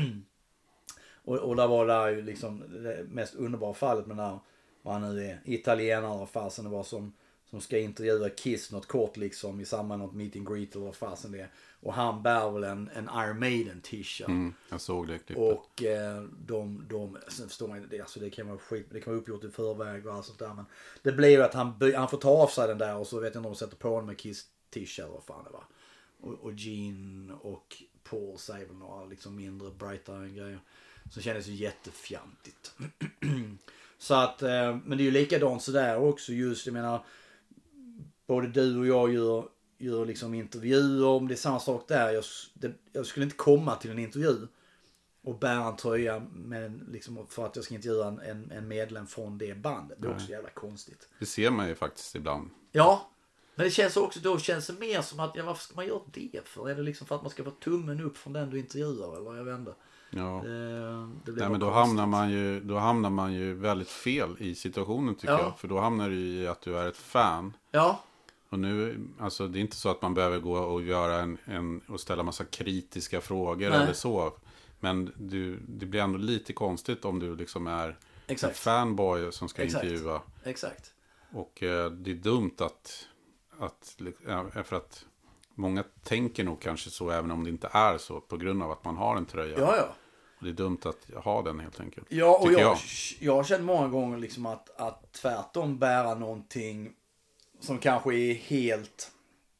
och, och där var det ju liksom det mest underbara fallet med när man nu är italienare och fasen det var som som ska intervjua Kiss något kort liksom i samband med något meet and greet eller vad fasen det är. Och han bär väl en, en Iron Maiden t-shirt. Mm, jag såg det klippet. Och eh, de, de, sen förstår man det, alltså det kan vara skit, det kan vara uppgjort i förväg och allt sånt där. Men det blir ju att han, han får ta av sig den där och så vet jag inte om de sätter på honom med Kiss t-shirt eller vad fan det var. Och, och Gene och Paul säger väl några liksom mindre brightare grejer. Så kändes det jättefjantigt. Så att, eh, men det är ju likadant sådär också just, jag menar, både du och jag gör, gör liksom intervjuer, om det är samma sak där. Jag, det, jag skulle inte komma till en intervju och bära en tröja med, liksom, för att jag ska intervjua en, en, en medlem från det bandet. Det är också jävla konstigt. Det ser man ju faktiskt ibland. Ja. Men det känns också, då känns det mer som att, ja, varför ska man göra det för? Är det liksom för att man ska få tummen upp från den du intervjuar, eller jag vet inte. Ja. Det, det blir Nej, men då hamnar, man ju, då hamnar man ju väldigt fel i situationen tycker Ja. jag. För då hamnar du i att du är ett fan. Ja. Och nu, alltså det är inte så att man behöver gå och göra en, en och ställa massa kritiska frågor Nej. eller så. Men du, det blir ändå lite konstigt om du liksom är Exakt. en fanboy som ska Exakt. intervjua. Exakt. Och eh, det är dumt att, att, ja, för att många tänker nog kanske så även om det inte är så på grund av att man har en tröja. Ja, ja. Och det är dumt att ha den helt enkelt. Ja, och tycker jag, jag. jag har känt många gånger liksom att, att tvärtom bära någonting som kanske är helt...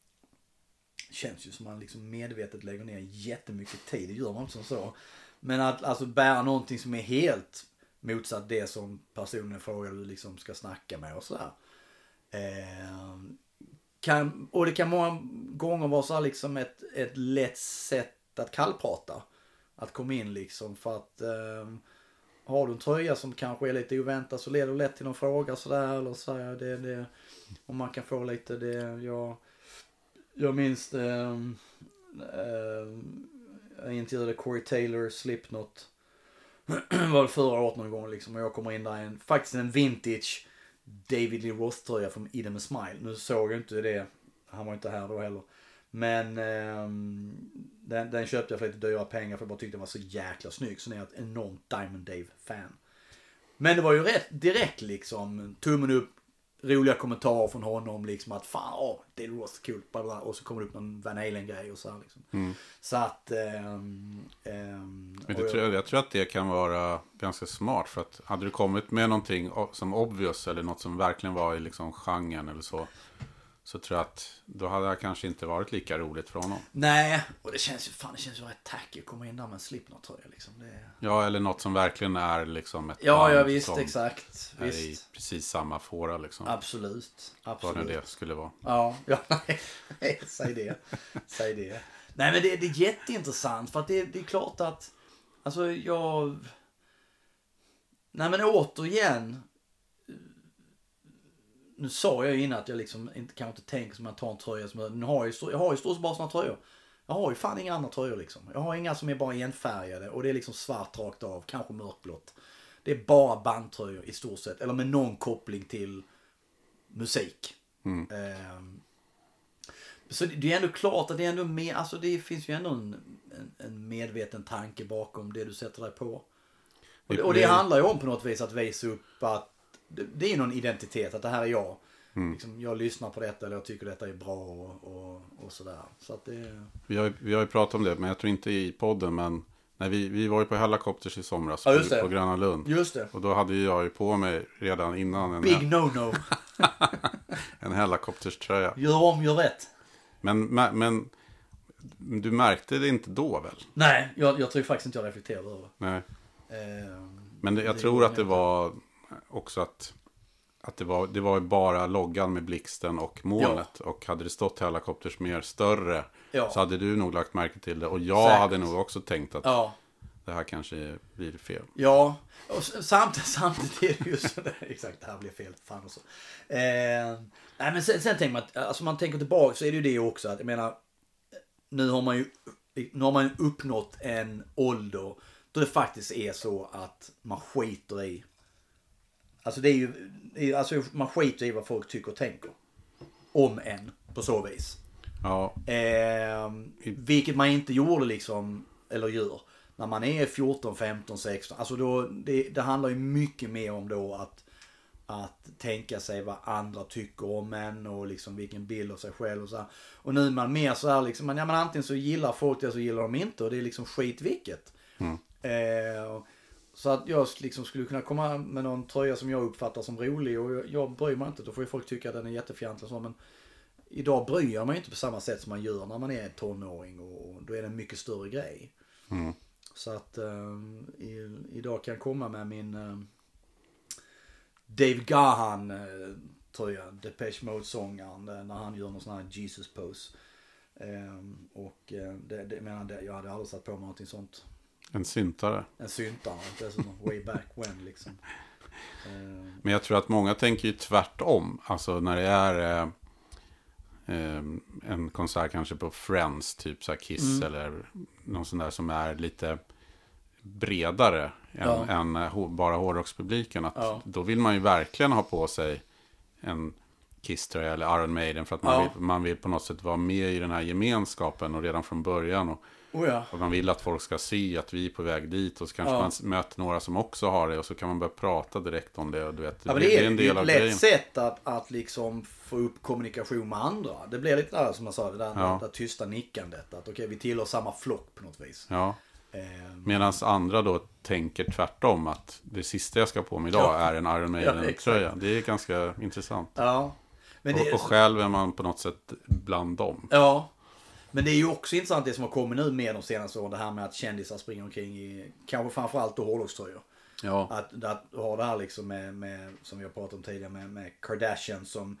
Känns ju som man liksom medvetet lägger ner jättemycket tid. Det gör man inte som så. Men att alltså bära någonting som är helt motsatt det som personen frågar du liksom ska snacka med och sådär. Eh, kan, och det kan många gånger vara så här liksom ett, ett lätt sätt att kallprata. Att komma in liksom för att eh, har du en tröja som kanske är lite oväntad så leder det lätt till någon fråga sådär eller så här, det, det, om man kan få lite det, jag, jag minns eh, eh, jag intervjuade Corey Taylor, Slipknot var det förra året någon gång liksom och jag kommer in där i en, faktiskt en vintage David Lee Roth-tröja från Eat 'em a Smile. Nu såg jag inte det, han var inte här då heller. Men eh, den, den köpte jag för lite dyra pengar för jag bara tyckte den var så jäkla snygg. Så nu är jag ett enormt Diamond Dave-fan. Men det var ju rätt direkt liksom, tummen upp, roliga kommentarer från honom liksom att fan, åh, det är Roth, kul, bla bla, och så kommer det upp någon Van Halen-grej och så här liksom. Mm. Så att ehm, ehm, Men det och tror jag, jag tror att det kan vara ganska smart för att hade du kommit med någonting som obvious eller något som verkligen var i liksom genren eller så så tror jag att då hade det kanske inte varit lika roligt för honom. Nej, och det känns ju fan, det känns ju rätt tacky att komma in där med en Slipknot-tröja liksom. Det... Ja, eller något som verkligen är liksom ett Ja, band ja visst, som exakt. är Visst. i precis samma fåra liksom. Absolut. Absolut. Vad nu det skulle vara. Ja, ja nej, nej, säg det. Säg det. Nej, men det, det är jätteintressant för att det, det är klart att alltså jag... Nej, men återigen, nu sa jag ju innan att jag liksom inte kan inte tänka som att ta en tröja som jag, nu har jag, jag har ju stort bara såna tröjor. Jag har ju fan inga andra tröjor liksom. Jag har inga som är bara enfärgade och det är liksom svart rakt av, kanske mörkblått. Det är bara bandtröjor i stort sett, eller med någon koppling till musik. Mm. Um, så det, det är ändå klart att det är ändå med, alltså det finns ju ändå en, en, en medveten tanke bakom det du sätter dig på. Och det, och det handlar ju om på något vis att visa upp att det, det är någon identitet, att det här är jag. Mm. Liksom, jag lyssnar på detta eller jag tycker detta är bra och, och, och sådär. Så att det... vi, har, vi har ju pratat om det, men jag tror inte i podden, men när vi, vi var ju på Helicopters i somras ja, på, på Gröna Lund. Just det. Och då hade jag ju på mig redan innan en, Big no-no. en Helicopters-tröja. Gör om, gör rätt. Men, men du märkte det inte då väl? Nej, jag, jag tror faktiskt inte jag reflekterade över det. Nej. Eh, men det, jag det tror att det var också att, att det, var, det var bara loggan med blixten och molnet. Ja. Och hade det stått Helicopters mer större ja. Så hade du nog lagt märke till det. Och jag Säkert. hade nog också tänkt att ja. Det här kanske blir fel. Ja, och samtidigt, samtidigt är det ju så där, exakt, det här blir fel, fan och så. Eh, nej men sen, sen tänker man att, alltså man tänker tillbaka så är det ju det också att, jag menar, nu har man ju, nu har man ju uppnått en ålder då det faktiskt är så att man skiter i, alltså det är ju, alltså man skiter i vad folk tycker och tänker. Om en, på så vis. Ja. Eh, vilket man inte gjorde liksom, eller gör. När man är fjorton, femton, sexton. Alltså då, det, det handlar ju mycket mer om då att, att tänka sig vad andra tycker om en. Och liksom vilken bild av sig själv och så här. Och nu är man mer så här liksom. Ja, men antingen så gillar folk det så gillar de inte. Och det är liksom skit vilket. Mm. Eh, så att jag liksom skulle kunna komma med någon tröja som jag uppfattar som rolig. Och jag, jag bryr mig inte. Då får ju folk tycka att den är jättefjantlig och så. Men idag bryr jag mig inte på samma sätt som man gör när man är tonåring. Och då är det en mycket större grej. Mm. Så att um, i, idag kan jag komma med min um, Dave Gahan uh, tröja, Depeche Mode-sångaren, uh, när han gör någon sån här Jesus pose. Um, och uh, det, det, menar, det, jag hade aldrig satt på mig någonting sånt. En syntare. En syntare, inte så way back when liksom. Um, Men jag tror att många tänker ju tvärtom. Alltså när det är... Uh... eh, en konsert kanske på Friends, typ så här Kiss mm. eller någon sån där som är lite bredare ja. än, än bara hårdrockspubliken. Att ja. Då vill man ju verkligen ha på sig en Kiss-tröja eller Iron Maiden för att man, ja. vill, man vill på något sätt vara med i den här gemenskapen och redan från början och, oh ja. och man vill att folk ska se att vi är på väg dit och så kanske ja. man möter några som också har det och så kan man börja prata direkt om det och du vet, ja, det, det är en del av grejen. Det är ett lätt sätt att, att liksom få upp kommunikation med andra. Det blir lite där som jag sa, det där, ja. det där tysta nickandet att okej, okay, vi tillhör samma flock på något vis. Ja. Medan andra då tänker tvärtom att det sista jag ska på mig idag ja. är en Iron Maiden-tröja. Ja, det är ganska intressant. Ja. Men det och, och själv är man på något sätt bland dem. Ja. Men det är ju också intressant det som har kommit nu med de senaste åren. Det här med att kändisar springer omkring i kanske framförallt då hårdrockströjor. Ja. Att, att ha det här liksom med, med som vi har pratat om tidigare med, med Kardashian som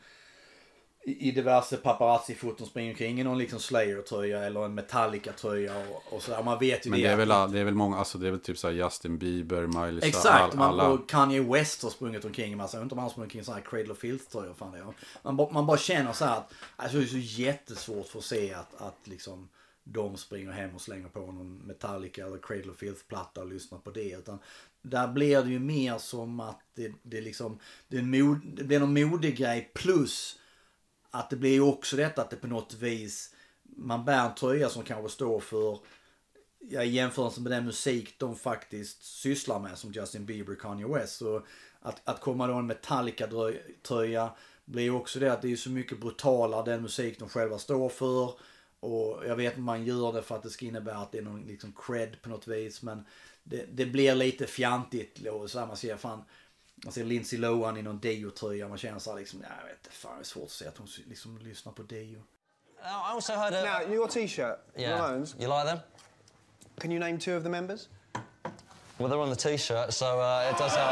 i diverse paparazzi-foton springer omkring i någon liksom Slayer-tröja eller en Metallica-tröja och, och sådär. Man vet ju men det. Men det är väl, det är väl många, alltså det är väl typ såhär Justin Bieber, Miley Exakt, all, man, alla... och Kanye West har sprungit omkring. Man säger inte om han har sprungit omkring sådana här Cradle of Filth-tröjor. Fan det. Man, man bara känner så här att alltså, det är så jättesvårt för att se att, att liksom de springer hem och slänger på någon Metallica eller Cradle of Filth-platta och lyssnar på det. Utan där blir det ju mer som att det, det liksom det, är en mod, det blir någon modig grej plus att det blir ju också detta att det på något vis man bär en tröja som kanske står för ja, i jämförelse med den musik de faktiskt sysslar med som Justin Bieber, Kanye West. Så att, att komma då en Metallica-tröja blir ju också det att det är så mycket brutalare den musik de själva står för. Och jag vet att man gör det för att det ska innebära att det är någon liksom cred på något vis. Men det, det blir lite fjantigt. Så här, man ser fan man ser Lindsay Lohan i någon Dio-tröja. Man känner så här liksom, jag vet inte, fan det är svårt att säga att hon liksom lyssnar på Dio. I also heard a... Now, your t-shirt, yeah. Ramones. You like them? Can you name two of the members? Well, they're on the t-shirt, so uh, it does help.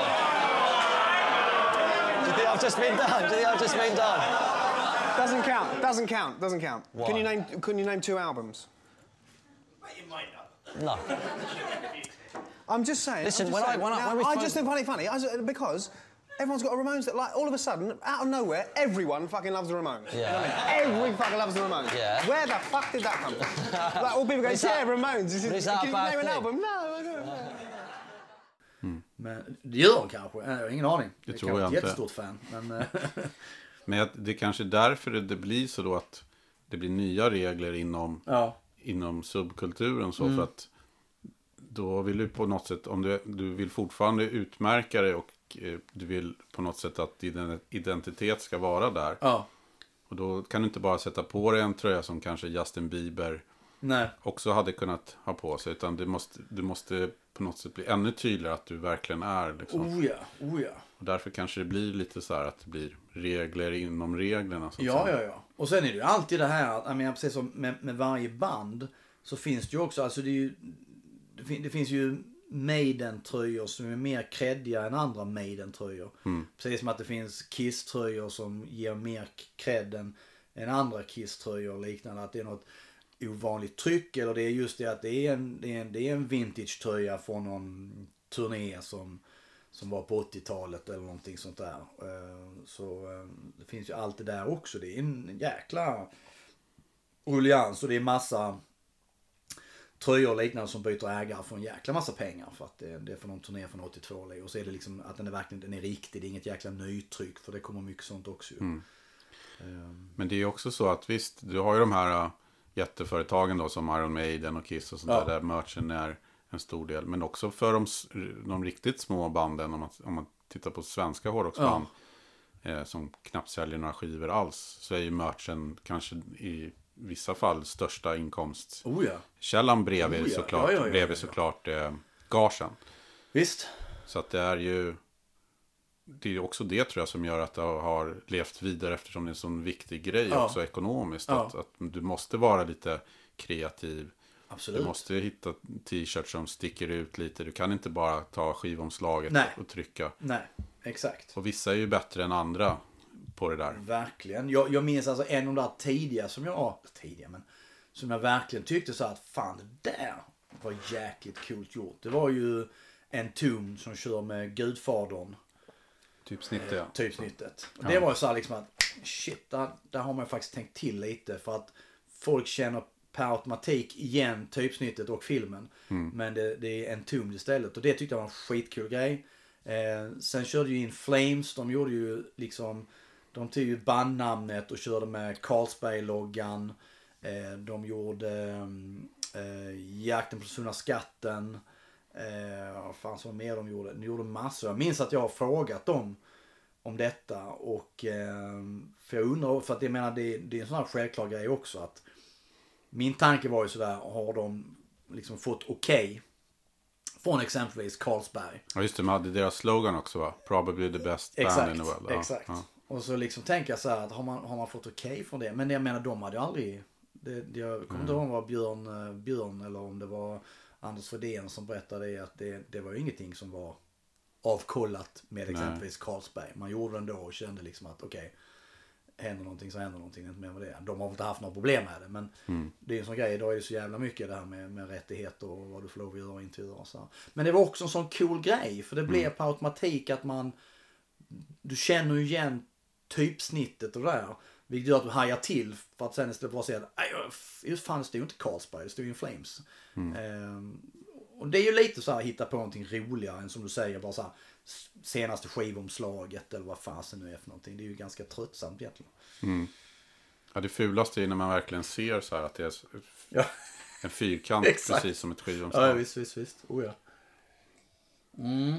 Do you think I've just been done? Do you think I've just been done? Doesn't count, doesn't count, doesn't count. Why? Can you name, can you name two albums? You might not. No. I'm just saying. Listen, just when saying. I when I, now, when we I phone... just think funny, funny I just, because everyone's got a Ramones that like all of a sudden out of nowhere everyone fucking loves the Ramones. Yeah. You know what I mean? Everyone fucking loves the Ramones. Yeah. Where the fuck did that come from? Like all people go, yeah, that, Ramones. Is, is that can a you bad name thing? an album? No, I don't. Mm. Men det gör de kanske. Jag har ingen aning. Det jag tror jag inte. Jag är ett jättestort fan. Men, men det är kanske därför det blir så då att det blir nya regler inom, ja. inom subkulturen. Så mm. för att då vill du på något sätt, om du, du vill fortfarande utmärka dig och eh, du vill på något sätt att din identitet ska vara där. Ja. Och då kan du inte bara sätta på dig en tröja som kanske Justin Bieber Nej. också hade kunnat ha på sig. Utan du måste, du måste på något sätt bli ännu tydligare att du verkligen är. Liksom. Oh ja, oh ja. Och därför kanske det blir lite så här att det blir regler inom reglerna. Så ja, ja, ja. Och sen är det ju alltid det här, jag menar, precis som med, med varje band så finns det ju också, alltså det är ju, det, fin, det finns ju Maiden-tröjor som är mer kreddiga än andra Maiden-tröjor. Mm. Precis som att det finns Kiss-tröjor som ger mer cred än, än andra Kiss-tröjor och liknande. Att det är något ovanligt tryck eller det är just det att det är en, det är en, det är en vintage-tröja från någon turné som, som var på åttiotalet eller någonting sånt där. Så det finns ju allt det där också. Det är en jäkla rullians och det är massa tröjor och liknande som byter ägare för en jäkla massa pengar för att det, det är för någon turné från åttiotvå och så är det liksom att den är verkligen den är riktig, det är inget jäkla nytryck för det kommer mycket sånt också ju. Mm. Um. Men det är också så att visst, du har ju de här uh, jätteföretagen då som Iron Maiden och Kiss och sånt ja. där, där merchen är en stor del, men också för de, de riktigt små banden om man, om man tittar på svenska hårdrocksband ja. eh, som knappt säljer några skivor alls så är ju merchen kanske i vissa fall största inkomst. Oh ja. Källan bredvid oh ja. såklart, ja, ja, ja, bredvid ja, ja. såklart eh, gagen. Visst. Så att det är ju det är också det tror jag som gör att det har levt vidare eftersom det är en sån viktig grej ja. också ekonomiskt. Ja. Att, att du måste vara lite kreativ. Absolut. Du måste hitta t-shirts som sticker ut lite. Du kan inte bara ta skivomslaget Nej. och trycka. Nej, exakt. Och vissa är ju bättre än andra på det där. Verkligen. Jag, jag minns alltså en av de där tidiga som jag... Tidiga, men... Som jag verkligen tyckte så att fan det där var jäkligt coolt gjort. Det var ju en Entombed som kör med Gudfadern. Typ snittet, ja. Typ snittet. Och ja. det var ju så här liksom att shit, där, där har man faktiskt tänkt till lite. För att folk känner per automatik igen typsnittet och filmen. Mm. Men det, det är Entombed istället. Och det tyckte jag var en skitkul grej. Eh, sen körde ju In Flames. De gjorde ju liksom... De tog ju bandnamnet och körde med Carlsberg-loggan. Eh, de gjorde eh, Jakten på Sunda skatten. Eh, vad fan som mer de gjorde? De gjorde massor. Jag minns att jag har frågat dem om detta. Och eh, för jag undrar, för att jag menar det, det är en sån här självklar grej också. Att min tanke var ju sådär, har de liksom fått okej okay från exempelvis Carlsberg. Ja just det, de hade deras slogan också va? Probably the best band exakt, in the world. Ja, exakt. Ja. Och så liksom tänker jag så här att har man, har man fått okej okay från det? Men jag menar de hade ju aldrig, det, det, jag kommer mm. inte ihåg om det var Björn, Björn eller om det var Anders Fredén som berättade att det, det var ju ingenting som var avkollat med exempelvis Carlsberg. Man gjorde det ändå och kände liksom att okej, okay, händer någonting så händer någonting, inte mer med det. De har inte haft några problem med det, men mm. det är en sån grej, idag är det så jävla mycket det här med, med rättigheter och vad du får lov att göra och inte göra och så. Men det var också en sån cool grej, för det blev mm. på automatik att man, du känner ju igen typsnittet och det där, vilket gör att du hajar till för att sen istället bara säga just fan, det stod ju inte Carlsberg, det stod ju In Flames. Mm. Ehm, och det är ju lite så här, hitta på någonting roligare än som du säger, bara så här senaste skivomslaget eller vad fasen nu är för någonting. Det är ju ganska tröttsamt egentligen. Mm. Ja, det fulaste är när man verkligen ser så här att det är ja. en fyrkant precis som ett skivomslag. Ja, visst, visst, visst. Oh, ja. Mm.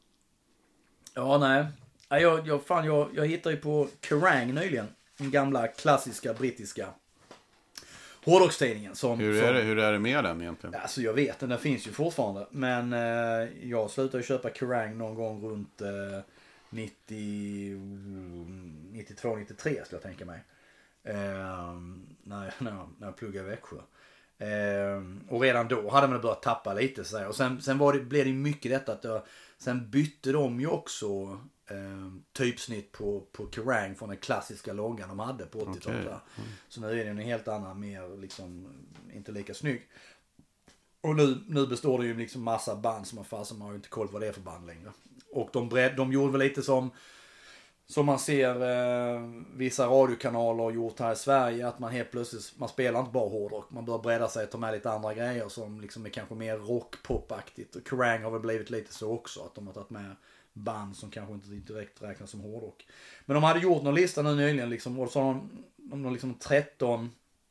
Ja, nej. Ja, jag, jag, fan, jag, jag hittade ju på Kerrang nyligen. Den gamla klassiska brittiska hårdrockstidningen. Som, hur, är som, det, hur är det med den egentligen? Alltså jag vet, den finns ju fortfarande. Men eh, jag slutade köpa Kerrang någon gång runt eh, nittio, nittiotvå nittiotre skulle jag tänka mig. Eh, när, när, när jag pluggade i Växjö. Eh, och redan då hade man börjat tappa lite så här. Och sen, sen var det, blev det mycket detta att jag, sen bytte de ju också eh, typsnitt på, på Kerrang från den klassiska loggan de hade på åttiotalet. Okay. Mm. Så nu är det en helt annan, mer liksom inte lika snygg. Och nu, nu består det ju liksom massa band som man fast som har ju inte koll på vad det är för band längre. Och de, bred, de gjorde väl lite som som man ser eh, vissa radiokanaler gjort här i Sverige, att man helt plötsligt, man spelar inte bara hårdrock, man börjar bredda sig och ta med lite andra grejer som liksom är kanske mer rock-pop-aktigt. Och Kerrang har väl blivit lite så också, att de har tagit med band som kanske inte direkt räknas som hårdrock. Men de hade gjort någon lista nu nyligen liksom, och så har de, de har liksom tretton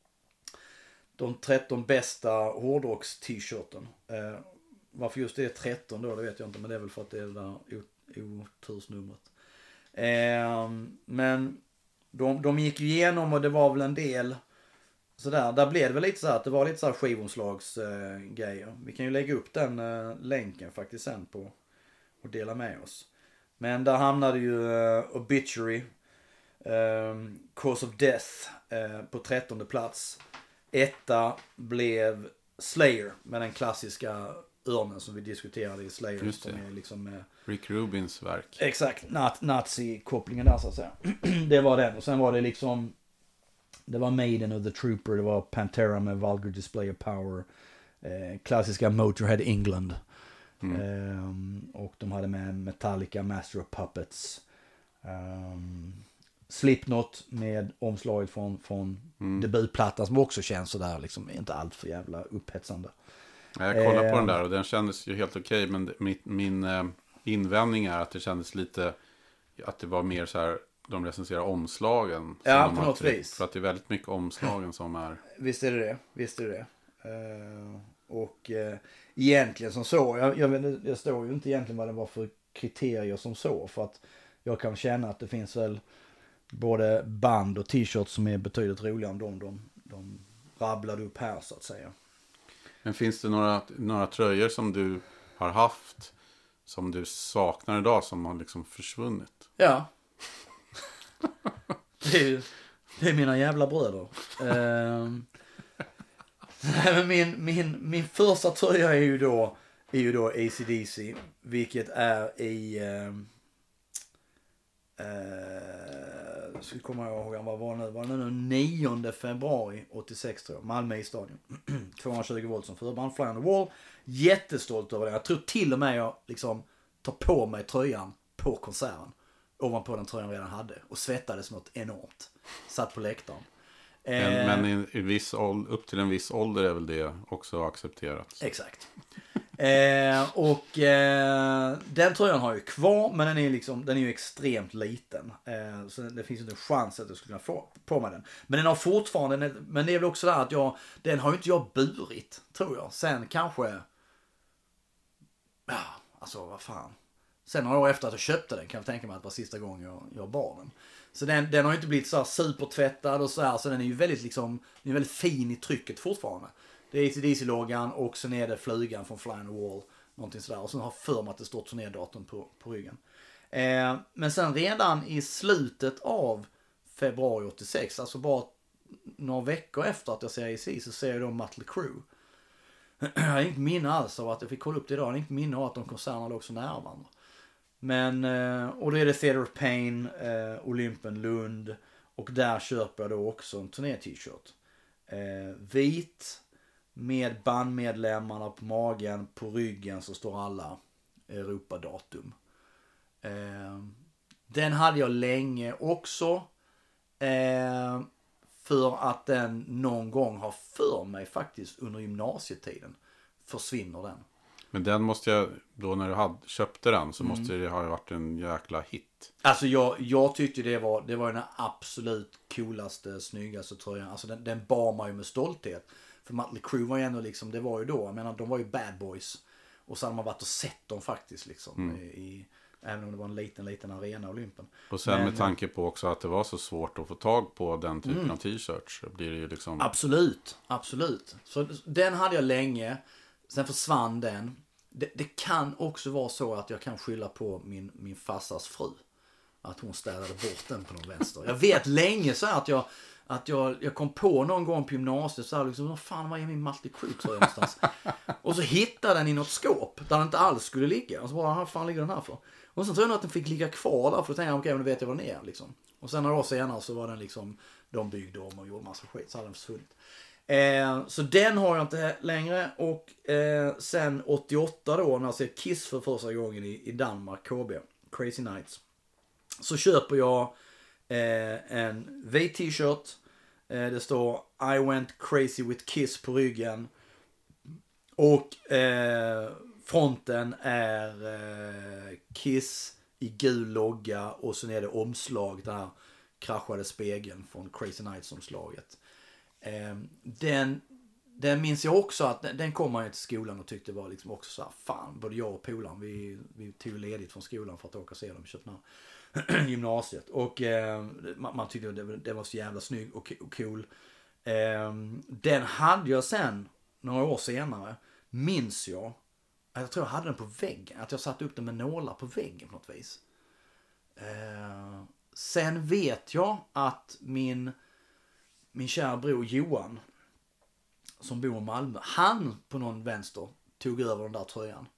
de tretton bästa hårdrocks-t-shirten. Eh, varför just det är tretton då, det vet jag inte, men det är väl för att det är det där otursnumret. Eh, men de, de gick ju igenom och det var väl en del sådär, där blev det väl lite så här att det var lite så här skivomslags eh, grejer. Vi kan ju lägga upp den eh, länken faktiskt sen på och dela med oss. Men där hamnade ju eh, Obituary, eh, Cause of Death eh, på trettonde plats. Etta blev Slayer med den klassiska örnen som vi diskuterade i Slayer. Just det. Som är liksom, eh, Rick Rubins verk. Exakt, nat- nazi-kopplingen där så att säga. Det var den. Och sen var det liksom, det var Maiden och The Trooper, det var Pantera med Vulgar Display of Power, eh, klassiska Motorhead England. Mm. Um, och de hade med Metallica, Master of Puppets, um, Slipknot med omslaget från, från mm. debutplattan som också känns sådär liksom inte allt för jävla upphetsande. Jag kollade på den där och den kändes ju helt okej, men min, min äh, invändning är att det kändes lite, att det var mer så här, de recenserar omslagen. Ja, på något vis. För att det är väldigt mycket omslagen som är... Visst är det det, visst är det det. Uh, och uh, egentligen som så, jag, jag, vet, jag står ju inte egentligen vad det var för kriterier som så, för att jag kan känna att det finns väl både band och t-shirts som är betydligt roligare än de, de, de rabblade upp här så att säga. Men finns det några, några tröjor som du har haft som du saknar idag som har liksom försvunnit? Ja. Det är ju, det är mina jävla bröder. Um, min, min, min första tröja är ju då är ju då A C D C, vilket är i um, uh, jag ska komma ihåg vad var det nu? Var det nu nionde februari åttiosex tror jag. Malmö i stadion. tvåhundratjugo volt som förband. Fly on the wall. Jättestolt över det. Jag tror till och med jag liksom tar på mig tröjan på konserten. ovanpå den tröjan redan hade. Och svettades något enormt. Satt på läktaren. Men, men i, i viss ålder, upp till en viss ålder är väl det också accepterat. Exakt. eh, och eh, den tröjan har jag ju kvar, men den är liksom, den är ju extremt liten. Eh, så det finns ju inte en chans att jag skulle kunna få på mig den. Men den har fortfarande, men det är väl också där att jag, den har ju inte jag burit, tror jag. Sen kanske, ja, alltså vad fan. Sen några år efter att jag köpte den kan jag tänka mig att det var sista gången jag, jag bar den. Så den, den har ju inte blivit så här supertvättad och så här, så den är ju väldigt liksom, den är väldigt fin i trycket fortfarande. Det är A C D C-loggan och sen är det flugan från Fly on the Wall, någonting sådär. Och sen har för mig att det står turnédatum på, på ryggen. Eh, men sen redan i slutet av februari åttiosex, alltså bara några veckor efter att jag ser A C D C, så ser jag då Mötley Crüe. Jag har inget minne alls av att, jag fick kolla upp det idag, jag har inget minne av att de konserterna låg så nära varandra. Men, och då är det Theater of Pain, eh, Olympen, Lund. Och där köper jag då också en turné-t-shirt. Eh, vit, med bandmedlemmarna på magen, på ryggen så står alla Europadatum. Eh, den hade jag länge också. Eh, för att den någon gång har för mig faktiskt under gymnasietiden försvinner den. Men den måste jag, då när du hade, köpte den så måste det ha varit en jäkla hit. Alltså jag, jag tyckte det var, det var den absolut coolaste, snyggaste tröjan. Alltså den, den bar man ju med stolthet. För Mötley Crüe var ju ändå liksom, det var ju då, jag menar de var ju bad boys. Och så hade man varit och sett dem faktiskt liksom. Mm. I, i, även om det var en liten, liten arena, Olympen. Och sen Men, med tanke på också att det var så svårt att få tag på den typen mm. av t-shirts. Så blir det ju liksom... Absolut, absolut. Så den hade jag länge. Sen försvann den. Det, det kan också vara så att jag kan skylla på min, min farsas fru. Att hon städade bort den på någon vänster. Jag vet länge så att jag, att jag, jag kom på någon gång på gymnasiet så här liksom, vad fan, vad är min Mötley Crüe tröja någonstans? Och så hittade den i något skåp där den inte alls skulle ligga. Och så bara, vad fan ligger den här för? Och sen tror jag att den fick ligga kvar där, för då tänkte jag, okej, men då vet jag vad den är liksom. Och sen några år senare så var den liksom, de byggde om och gjorde massa skit, så hade den försvunnit. Eh, så den har jag inte längre. Och eh, sen åttioåtta då, när jag ser Kiss för första gången i, i Danmark, K B, Crazy Nights, så köper jag eh, en vit t-shirt. Eh, det står I went crazy with Kiss på ryggen. Och eh, fronten är eh, Kiss i gul logga. Och sen är det omslag, den här kraschade spegeln från Crazy Nights-omslaget. Eh, den, den minns jag också att den, den kom jag till skolan och tyckte var liksom också så här, fan, både jag och polaren, vi, vi tog ledigt från skolan för att åka och se dem i Köpenhamn. Gymnasiet. Och eh, man, man tyckte det, det var så jävla snygg och, och cool. Eh, den hade jag sen, några år senare, minns jag, jag tror jag hade den på väggen. Att jag satte upp den med nålar på väggen på något vis. Eh, sen vet jag att min, min kära bror Johan, som bor i Malmö, han på någon vänster tog över den där tröjan.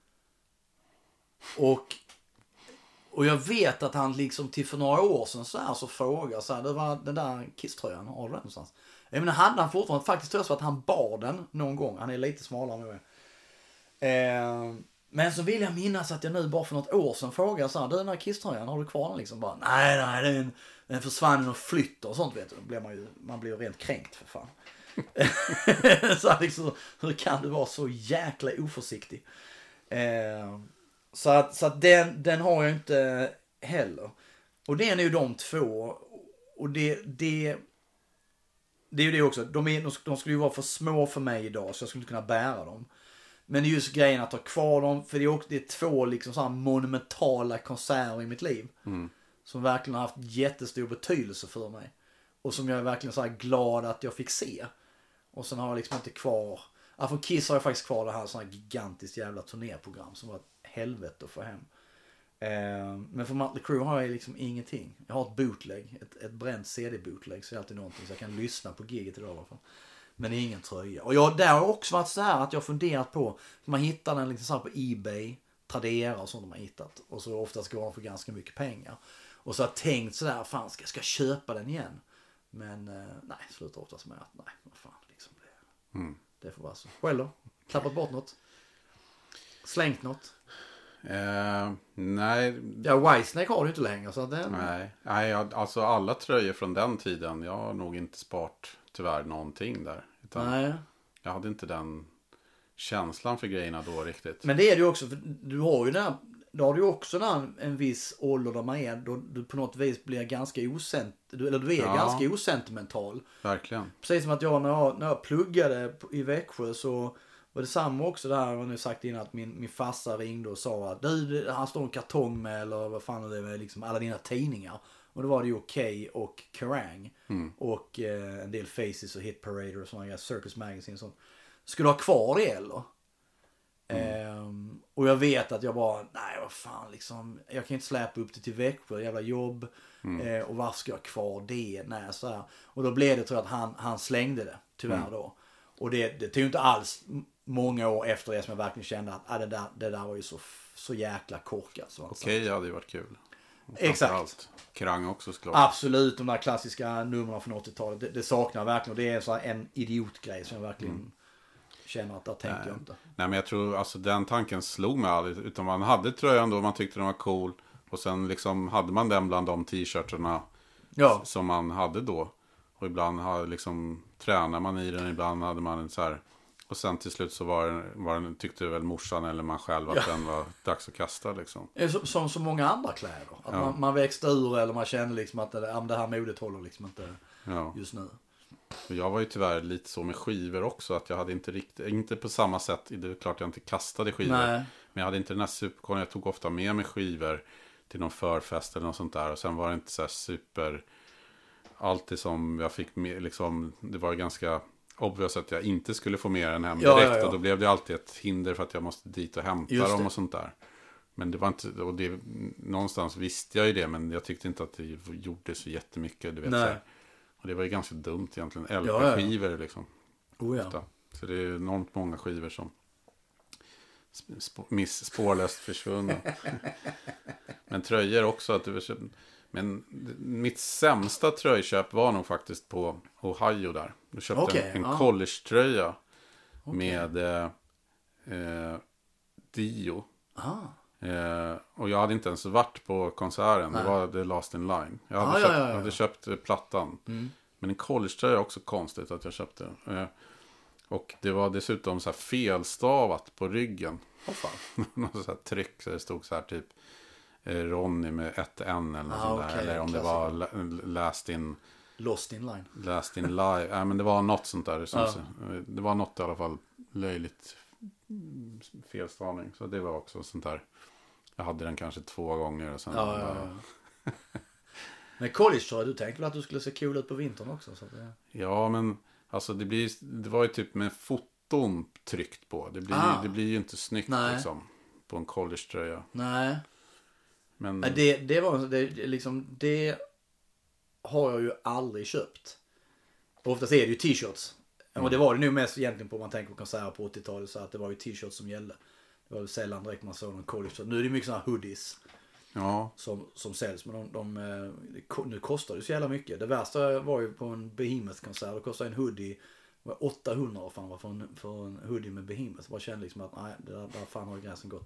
Och Och jag vet att han liksom till för några år sedan så här så frågar så här, det var den där Kiss-tröjan, har du den någonstans? Jag menar, hade han fortfarande, faktiskt tror jag så att han bar den någon gång, han är lite smalare nu. Eh, men så vill jag minnas att jag nu bara för något år sedan frågar så här, du, den där Kiss-tröjan, har du kvar den liksom? Bara, nej, nej, den, den försvann och flyttar och sånt, vet du. Då blir man ju, man blir ju rent kränkt för fan. Så här, liksom, hur kan du vara så jäkla oförsiktig? Eh, Så att, så att den, den har jag inte heller. Och det är nu de två. Och det, det, det är ju det också. De, är, de skulle ju vara för små för mig idag, så jag skulle inte kunna bära dem. Men det är just grejen att ha kvar dem. För det är, också, det är två liksom så här monumentala konserter i mitt liv. Mm. Som verkligen har haft jättestor betydelse för mig. Och som jag är verkligen så här glad att jag fick se. Och sen har jag liksom inte kvar. Ja, från Kiss har jag faktiskt kvar det här sån här gigantiskt jävla turnéprogram som var helvete att få hem. Eh, men för Mötley Crüe har jag liksom ingenting. Jag har ett bootleg, ett, ett bränt C D-bootleg, så är alltid någonting så jag kan lyssna på giget idag i alla fall. Men ingen tröja. Och jag, där har också varit så här att jag funderat på, man hittar den liksom så här på eBay, Tradera och sånt man hittat. Och så oftast går de för ganska mycket pengar. Och så har jag tänkt så där, fan ska jag ska köpa den igen? Men eh, nej, slutar oftast med att nej, vad fan liksom det. Mm. Det får vara så. Själv då? Klappat bort något? Slängt något? Eh, nej. Ja, Whitesnake har du inte längre. Så det... Nej, nej jag, alltså alla tröjor från den tiden. Jag har nog inte sparat tyvärr någonting där. Utan Nej. Jag hade inte den känslan för grejerna då riktigt. Men det är det ju också. För du har ju den här, då har du ju också den, en viss ålder där man är. Då du på något vis blir ganska osent, eller du är Ja. ganska osentimental. Verkligen. Precis som att jag när jag, när jag pluggade i Växjö så var det samma också där. Jag har nu sagt innan att min, min farsa ringde och sa att du, han står en kartong med, eller vad fan det är med, liksom alla dina tidningar. Och då var det ju Okej och Kerrang. Mm. Och eh, en del Faces och Hit Parade och sådana grejer. Circus Magazine och sånt. Skulle du ha kvar det eller? Mm. Ehm, och jag vet att jag bara, nej vad fan liksom. Jag kan inte släppa upp det till Växjö, jävla jobb. Mm. Ehm, och varför ska jag ha kvar det? Nej, så här. Och då blev det, tror jag, att han, han slängde det. Tyvärr mm. då. Och det, det tog inte alls många år efter det som jag verkligen kände att ah, det, där, det där var ju så, så jäkla korkat. Okej, ja, det hade varit kul. Exakt. Krang också såklart. Absolut, de där klassiska numren från åttiotalet. Det, det saknar jag verkligen. Och det är så här en idiotgrej som jag verkligen mm. känner att där tänker Nej. jag inte. Nej, men jag tror alltså den tanken slog mig aldrig. Utan man hade tröjan då, man tyckte den var cool. Och sen liksom hade man den bland de t-shirtarna ja. som man hade då. Och ibland hade liksom, tränade man i den, ibland hade man en så här. Och sen till slut så var den, var den, tyckte väl morsan eller man själv att ja. den var dags att kasta liksom. Som, som så många andra kläder. Att ja. man, man växte ur eller man kände liksom att det, det här modet håller liksom inte ja. just nu. Och jag var ju tyvärr lite så med skivor också. Att jag hade inte riktigt, inte på samma sätt. Det är klart jag inte kastade skivor. Nej. Men jag hade inte den här superkollen. Jag tog ofta med mig skivor till någon förfest eller något sånt där. Och sen var det inte så här super. Alltid som jag fick med liksom. Det var ganska obvious att jag inte skulle få med den hem direkt. Ja, ja, ja. Och då blev det alltid ett hinder för att jag måste dit och hämta dem och sånt där. Men det var inte, och det, någonstans visste jag ju det. Men jag tyckte inte att det gjorde så jättemycket. Du vet, så här. Och det var ju ganska dumt egentligen. L P-skivor ja, ja. liksom. Oh, ja. Så det är enormt många skivor som sp- miss, spårlöst försvunna. Men tröjor också. Att det, men mitt sämsta tröjköp var nog faktiskt på Ohio där. Du köpte okay, en, en ja. college-tröja okay. med eh, eh, Dio. Eh, och jag hade inte ens varit på konserten. Nej. Det var The Last in Line. Jag hade, ah, köpt, ja, ja, ja. hade köpt plattan. Mm. Men en college-tröja är också konstigt att jag köpte. Eh, och det var dessutom så här felstavat på ryggen. Oh, fan. Något så här tryck så det stod så här typ eh, Ronny med ett N eller något ah, sånt där. Okay, eller om klassiker. Det var Last in Lost in Line. Last in Live. Nej, men det var något sånt där. Som, ja. Det var något i alla fall löjligt felstavning. Så det var också sånt där. Jag hade den kanske två gånger. Och sen ja, ja, ja. Men college tror jag, du tänkte väl att du skulle se cool ut på vintern också? Så det... Ja, men alltså det, blir, det var ju typ med foton tryckt på. Det blir, ah. det blir ju inte snyggt liksom, på en college-tröja. Nej. Men... Men det, det var det, liksom, det har jag ju aldrig köpt. Oftast är det ju t-shirts. Mm. Och det var det nu mest egentligen på, man tänker på konserter på åttiotalet, så att det var ju t-shirts som gällde. Det var ju sällan direkt man såg någon college. Nu är det mycket sådana hoodies ja. som, som säljs. Men de, de, de, nu kostar det så jävla mycket. Det värsta var ju på en Behemoth-konsert. Det kostade en hoodie åttahundra fan var för en, för en hoodie med Behemoth. Jag bara kände liksom att nej, det där, där fan har gränsen gått.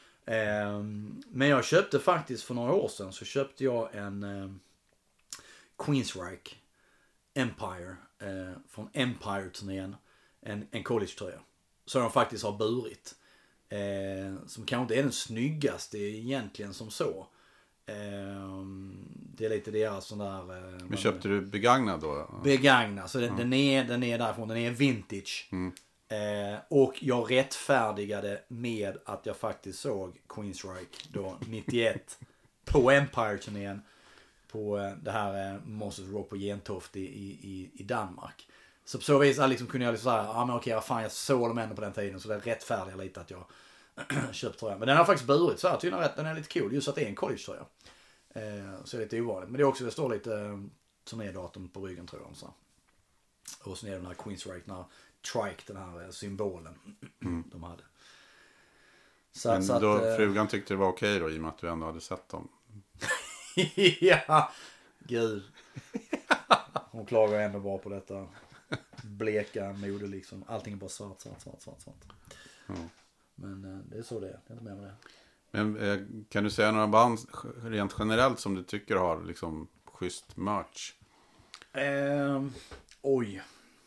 Um, men jag köpte faktiskt för några år sedan så köpte jag en um, Queensryche Empire uh, från Empire-turnén, en, en college-tröja som de faktiskt har burit, uh, som kanske inte är den snyggaste egentligen som så. Uh, det är lite deras sån där uh, men köpte du begagnad då? Begagnad, så den, mm. den, är, den är därifrån, den är vintage. Mm. Eh, och jag rättfärdigade med att jag faktiskt såg Queensryche då nittioett på Empire-turnén på eh, det här eh, Monsters Rock på Gentofte i, i, i Danmark. Så på så vis liksom kunde jag liksom säga, ja ah, men okej, vad fan, jag såg dem ändå på den tiden, så det rättfärdigar lite att jag köpt tröjan. Men den har faktiskt burit så här, tycker jag, den är lite cool, just att det är en college-tröja. Eh, så är det lite ovanligt. Men det är också, det står lite eh, turnédatum på ryggen, tror jag. Så. Och så är det den här Queensryche, när Trike, den här symbolen mm. de hade. Så, men så då, att, frugan tyckte det var okej då, i och med att du ändå hade sett dem. Ja, gud. Hon klagar ändå bara på detta bleka mode liksom. Allting är bara svart, svart, svart, svart, svart. Mm. Men det är så det är. Det är inte mer med det. Men eh, kan du säga några band rent generellt som du tycker har liksom schysst merch? Eh, oj.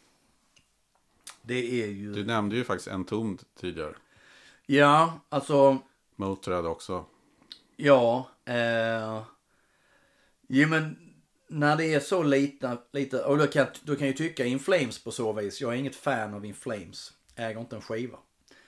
Det är ju... Du nämnde ju faktiskt Entombed tidigare. Ja, alltså... Motörhead också. Ja. Eh, jo, men när det är så lite... lite och då kan, då kan jag tycka In Flames på så vis. Jag är inget fan av In Flames. Äger inte en skiva.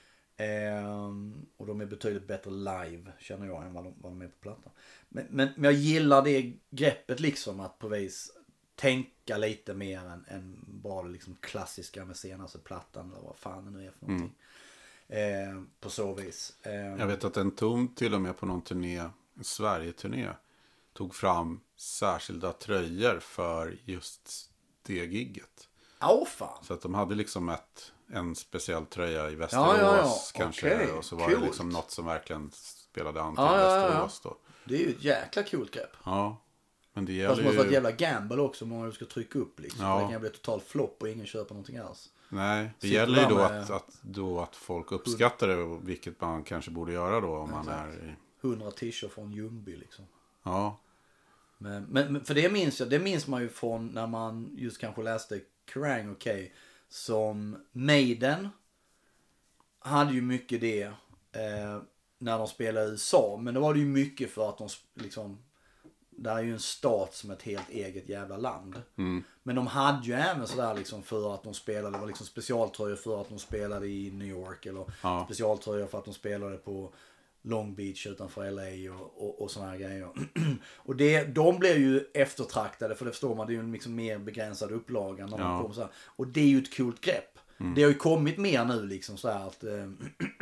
Eh, och de är betydligt bättre live, känner jag, än vad de, vad de är på plattan. Men, men, men jag gillar det greppet liksom, att på vis tänka lite mer än, än bara det liksom klassiska med senaste plattan eller vad fan det nu är för någonting. Mm. Eh, på så vis. Eh, jag vet att en tom till och med på någon turné, en Sverige-turné, tog fram särskilda tröjor för just det gigget. Åh fan. Så att de hade liksom ett, en speciell tröja i Västerås ja, ja, ja. kanske. Okay. Och så var Coolt. det liksom något som verkligen spelade an till ja, Västerås ja, ja. då. Det är ju ett jäkla coolt grepp. Ja. Men det Fast gäller det måste vara ett ju... jävla gamble också, hur många du ska trycka upp liksom. Ja. Det kan ju bli total flopp och ingen köper någonting alls. Nej, det Sitter gäller ju då, med... att, att, då att folk uppskattar det, vilket man kanske borde göra då om ja, man är i... hundra t-shirts från Ljungby liksom. Ja. Men, men för det minns jag, det minns man ju från när man just kanske läste Kerrang! Okej. Okay, som Maiden hade ju mycket det eh, när de spelade i U S A. Men då var det ju mycket för att de liksom, där är ju en stat som ett helt eget jävla land. Mm. Men de hade ju även sådär liksom för att de spelade, det var liksom specialtröjor för att de spelade i New York. Eller ja. specialtröjor för att de spelade på Long Beach utanför L A och, och, och såna här grejer. Och det, de blev ju eftertraktade, för det förstår man, det är ju en liksom mer begränsad upplaga när man ja. kommer så här. Och det är ju ett coolt grepp. Mm. Det har ju kommit mer nu liksom så här att eh,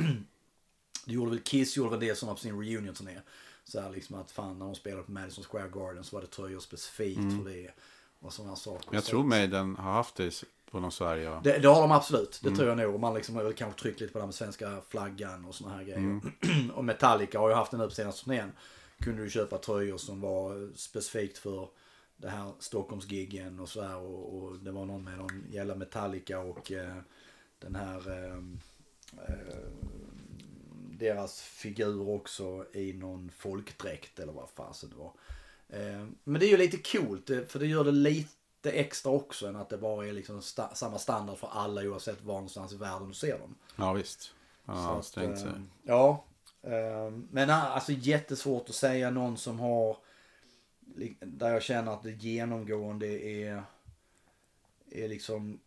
det gjorde väl Kiss gjorde väl det som var på sin reunion-turné. Så här liksom att fan, när de spelade på Madison Square Garden så var det tröjor specifikt mm. för det och sådana saker. Men jag tror Maiden har haft det på någon Sverige. Det, det har de absolut, det mm. tror jag nog. Man liksom har väl kanske tryckt lite på det med svenska flaggan och såna här grejer. Mm. Och Metallica har ju haft den upp senaste turnén. Kunde du köpa tröjor som var specifikt för det här Stockholmsgiggen och så här. Och, och det var någon med någon jävla Metallica och eh, den här eh, eh, deras figur också i någon folkdräkt eller vad fasen det var. Eh, men det är ju lite coolt, för det gör det lite extra också än att det bara är liksom sta- samma standard för alla oavsett var någonstans i världen du ser dem. Ja visst. Ja, så att, sig. eh, ja. Eh, men alltså jättesvårt att säga någon som har där jag känner att det genomgående är är liksom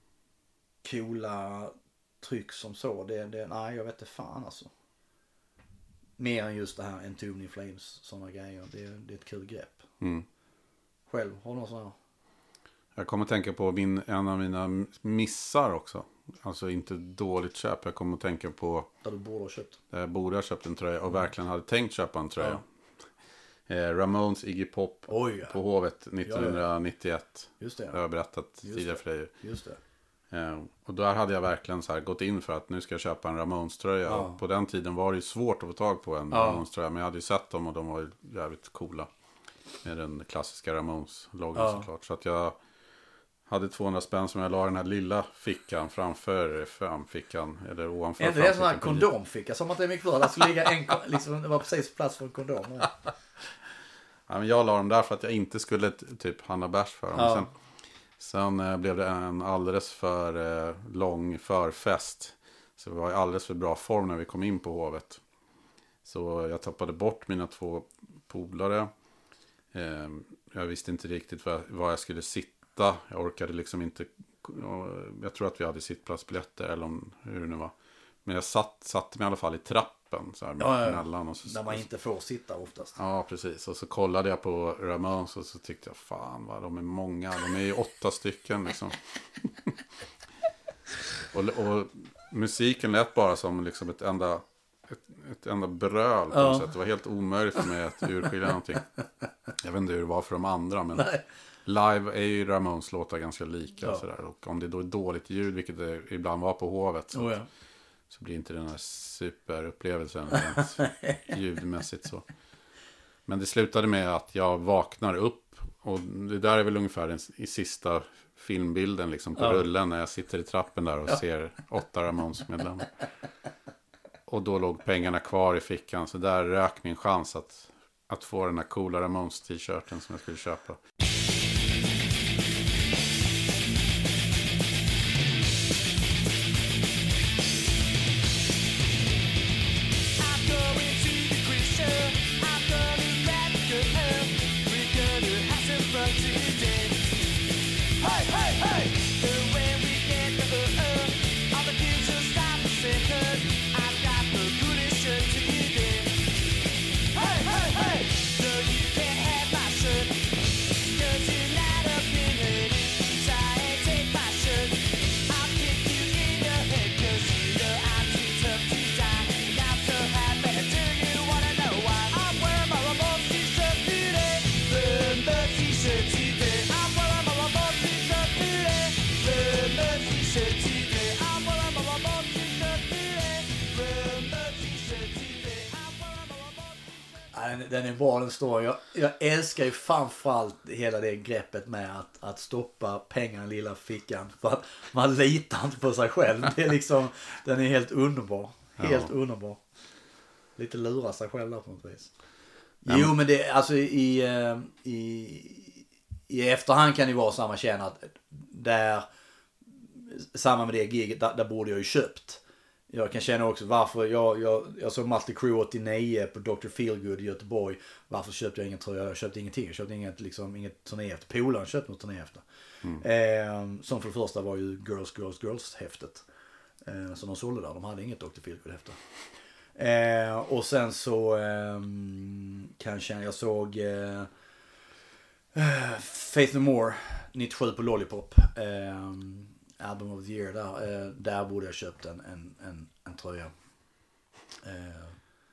coola tryck som så. Det, det, nej, jag vet inte fan alltså. Mer än just det här Entombed in Flames, sådana grejer. Det, det är ett kul grepp. Mm. Själv, har du någon sån här? Jag kommer att tänka på min, en av mina missar också. Alltså inte dåligt köp. Jag kommer att tänka på... Där du borde ha köpt. Där jag borde ha köpt en tröja och verkligen hade tänkt köpa en tröja. Ja. Eh, Ramones Iggy Pop Oj, ja. på Hovet nittonhundranittioett. Just det. Ja. Det har jag berättat Just tidigare det. för dig. Just det. Eh, och där hade jag verkligen så här gått in för att nu ska jag köpa en Ramones-tröja. Ja. Och på den tiden var det ju svårt att få tag på en ja. Ramones-tröja. Men jag hade ju sett dem och de var ju jävligt coola. Med den klassiska Ramones-loggan ja. såklart. Så att jag hade tvåhundra spänn som jag la i den här lilla fickan framför framfickan. Eller ovanför Är det en sån här kondomficka? Som att det är mycket för att det skulle ligga en, liksom, det var precis plats för en kondom. Ja. Ja, men jag la dem där för att jag inte skulle typ handla bärs för dem. Ja. Sen, sen eh, blev det en alldeles för eh, lång förfest. Så det var i alldeles för bra form när vi kom in på Hovet. Så jag tappade bort mina två polare. Eh, jag visste inte riktigt var, var jag skulle sitta. Jag orkade liksom inte. Jag tror att vi hade sittplatsbiljetter eller om, hur det nu var. Men jag satt, satte mig i alla fall i trappen. Så här, ja, ja. mellan och så, där man inte får sitta oftast. Ja, precis. Och så kollade jag på Ramones och så tyckte jag, fan vad de är många. De är ju åtta stycken liksom. och, och musiken lät bara som liksom ett enda, ett, ett enda bröl på något ja. sätt. Det var helt omöjligt för mig att urskilja någonting. Jag vet inte hur det var för de andra, men Nej. live är ju Ramones låtar ganska lika. Ja. Sådär. Och om det då är dåligt ljud, vilket det ibland var på Hovet, så, oh, ja. så blir inte den här superupplevelsen ljudmässigt så. Men det slutade med att jag vaknar upp. Och det där är väl ungefär den, i sista filmbilden liksom, på ja. rullen. När jag sitter i trappen där och ja. ser åtta Ramones-medlemmar. och då låg pengarna kvar i fickan. Så där rök min chans att, att få den här coola Ramones t-shirten som jag skulle köpa. Den är bra, den står. Jag, jag älskar ju framförallt hela det greppet med att, att stoppa pengar i lilla fickan. För att man litar inte på sig själv. Det är liksom, den är helt underbar. Helt ja. underbar. Lite lura sig själv där på något vis. Jo, mm. men det, alltså i, i, i efterhand kan det vara samma känna att där, samma med det giget, där, där borde jag ju köpt. Jag kan känna också varför jag, jag, jag såg Mötley Crüe åttionio på doktor Feelgood i Göteborg. Varför köpte jag ingen tröja? Jag köpte ingenting. Jag köpte inget, liksom, inget turné efter. Polaren köpte något turné efter. Mm. Eh, som för det första var ju Girls, Girls, Girls-häftet. Eh, som de sålde där. De hade inget doktor Feelgood-häfte. Eh, och sen så eh, kanske jag såg eh, Faith No More nittiosju på Lollipop. Eh, Album of the Year där. Eh, där borde jag köpt en, en, en, en tröja. Eh,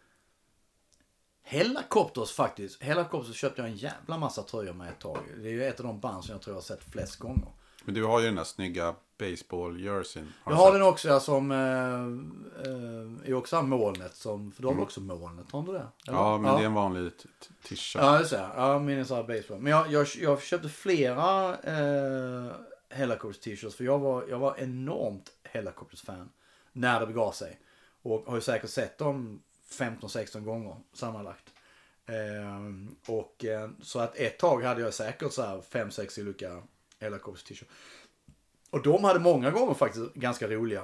Hellacopters faktiskt. Hellacopters köpte jag en jävla massa tröjor med ett tag. Det är ju ett av de band som jag tror jag har sett flest gånger. Men du har ju den där snygga baseball-jerseyn. Jag har den också ja, som äh, äh, är också har molnet. Som, för du har mm. också molnet, har du det? Eller? Ja, men ja. det är en vanlig t-shirt. Ja, det ser jag. Ja, min är så här baseball. Men jag, jag, jag köpte flera äh, Hellacopters t-shirts. För jag var, jag var enormt Hellacopters-fan när det begav sig. Och har ju säkert sett dem femton sexton gånger sammanlagt. Ehm, och eh, så att ett tag hade jag säkert så här fem sex olika Hellacopters t-shirts. Och de hade många gånger faktiskt ganska roliga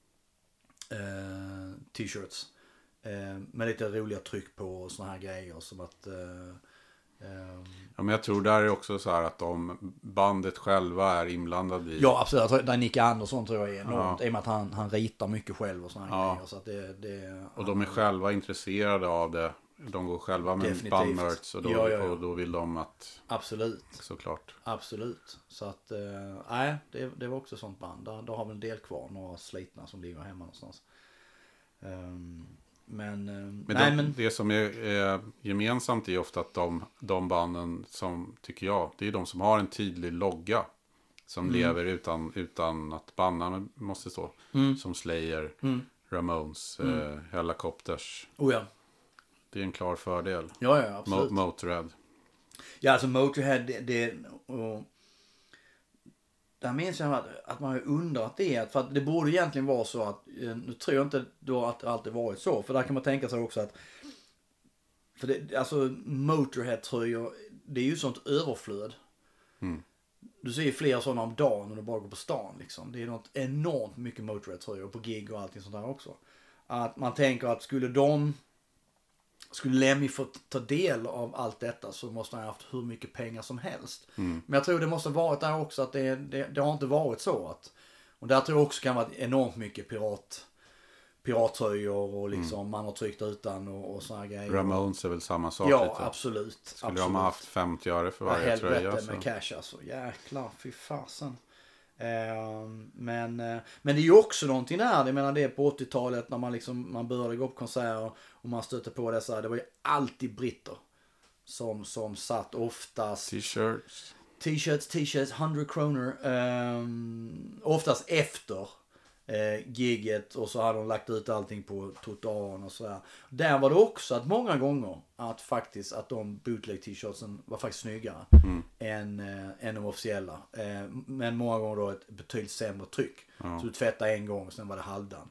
eh, t-shirts. Eh, med lite roliga tryck på och såna här grejer som att eh, eh, ja, men jag tror där är också så här att om bandet själva är inblandade i... Ja, absolut. Jag tror, där Nick Andersson tror jag är enormt. Ja. I och med att han, han ritar mycket själv och såna här ja. grejer. Så att det, det, och de är själva intresserade av det. De går själva med bandmerch och, då, ja, ja, ja. och då vill de att... Absolut. Såklart. Absolut. Så att, nej, äh, det, det var också ett sånt band. Där, där har vi en del kvar, några slitna som ligger hemma någonstans. Um, men, um, men, nej, de, men det som är, är gemensamt är ofta att de, de banden som, tycker jag, det är de som har en tydlig logga. Som mm. lever utan, utan att banden måste stå. Mm. Som Slayer, mm. Ramones, mm. eh, Hellacopters. Oh ja. Det är en klar fördel. Ja, ja, absolut. Mo- Motorhead. Ja, alltså Motorhead, det... det och, där minns jag att, att man har undrat det. För att det borde egentligen vara så att... Nu tror jag inte då att det alltid varit så. För där kan man tänka sig också att... För det, alltså Motorhead-tröjor, det är ju sånt överflöd. Mm. Du ser ju flera sådana om dagen när du bara går på stan liksom. Det är något enormt mycket Motorhead-tröjor på gig och allting sånt där också. Att man tänker att skulle de... Skulle Lemmy få ta del av allt detta så måste han ha haft hur mycket pengar som helst. Mm. Men jag tror det måste ha varit där också att det, det, det har inte varit så. Att, och där tror jag också kan vara enormt mycket pirat, pirattröjor och liksom mm. man har tryckt utan och, och såna grejer. Ramones är väl samma sak? Ja, lite. absolut. Skulle absolut. de ha haft femtio öre för varje ja, tröja? Helvete med cash alltså. Jäklar, fy fasen. Uh, men, uh, men det är ju också någonting där, jag menar det är på åttiotalet när man liksom, man började gå på konserter och man stötte på det så här, det var ju alltid britter som, som satt oftast t-shirts t-shirts, t-shirts, hundra kronor um, oftast efter eh, giget och så hade de lagt ut allting på trottoaren och sådär. Där var det också att många gånger att faktiskt att de bootleg t-shirtsen var faktiskt snyggare mm. än, eh, än de officiella. Eh, men många gånger då ett betydligt sämre tryck. Ja. Så du tvättade en gång och sen var det halvdan.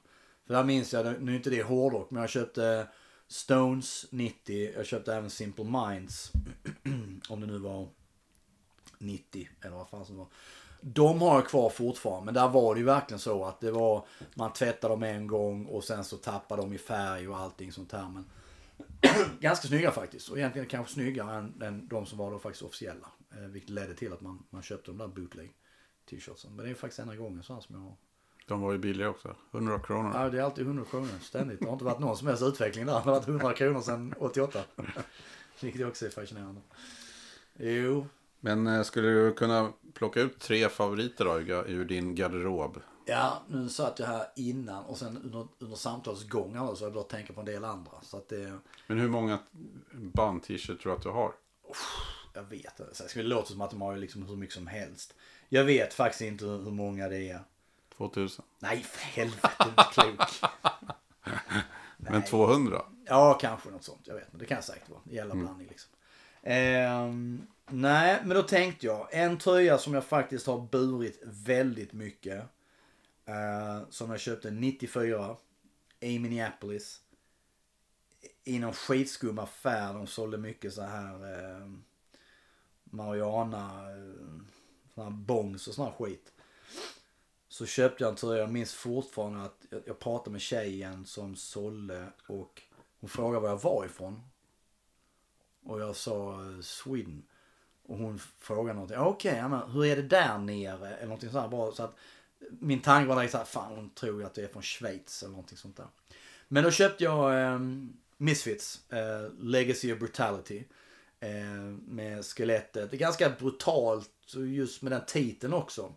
För där minns jag, nu är inte det hårdrock, men jag köpte Stones nittio. Jag köpte även Simple Minds. Om det nu var nittio eller vad fan som var. De har jag kvar fortfarande, men där var det ju verkligen så att det var, man tvättade dem en gång och sen så tappade de i färg och allting sånt här. Men ganska snygga faktiskt, och egentligen kanske snyggare än, än de som var då faktiskt officiella. Eh, vilket ledde till att man, man köpte de där bootleg t-shirtsen. Men det är faktiskt enda gången så här som jag har. De var ju billiga också, hundra kronor. Ja, det är alltid hundra kronor ständigt. Det har inte varit någon som helst utveckling där. Det har varit hundra kronor sedan åttioåtta. Vilket också är fascinerande. Jo. Men eh, skulle du kunna plocka ut tre favoriter då ur din garderob? Ja, nu satt jag här innan och sen under, under samtalsgången så har jag börjat tänka på en del andra. Så att det... Men hur många band-t-shirt tror du att du har? Jag vet inte. Det skulle låta som att de har liksom hur mycket som helst. Jag vet faktiskt inte hur många det är. tvåtusen? Nej, för helvete, inte klok. Men tvåhundra? Ja, kanske något sånt. Jag vet inte. Det kan säkert vara. Jävla blandning liksom. Ehm, nej, men då tänkte jag. En tröja som jag faktiskt har burit väldigt mycket. Uh, som jag köpte nittiofyra i Minneapolis. I någon skitskum affär. De sålde mycket så här uh, marijuana, uh, sån här bongs och sån här skit. Så köpte jag en tröja. Jag minns fortfarande att jag, jag pratade med tjejen som sålde och hon frågade var jag var ifrån. Och jag sa uh, Sweden. Och hon frågade någonting. Okej, okay, hur är det där nere? Eller någonting så här bara så att min tanke var så här, fan hon tror att det är från Schweiz eller någonting sånt där. Men då köpte jag eh, Misfits, eh, Legacy of Brutality. Eh, med skelettet. Det är ganska brutalt just med den titeln också.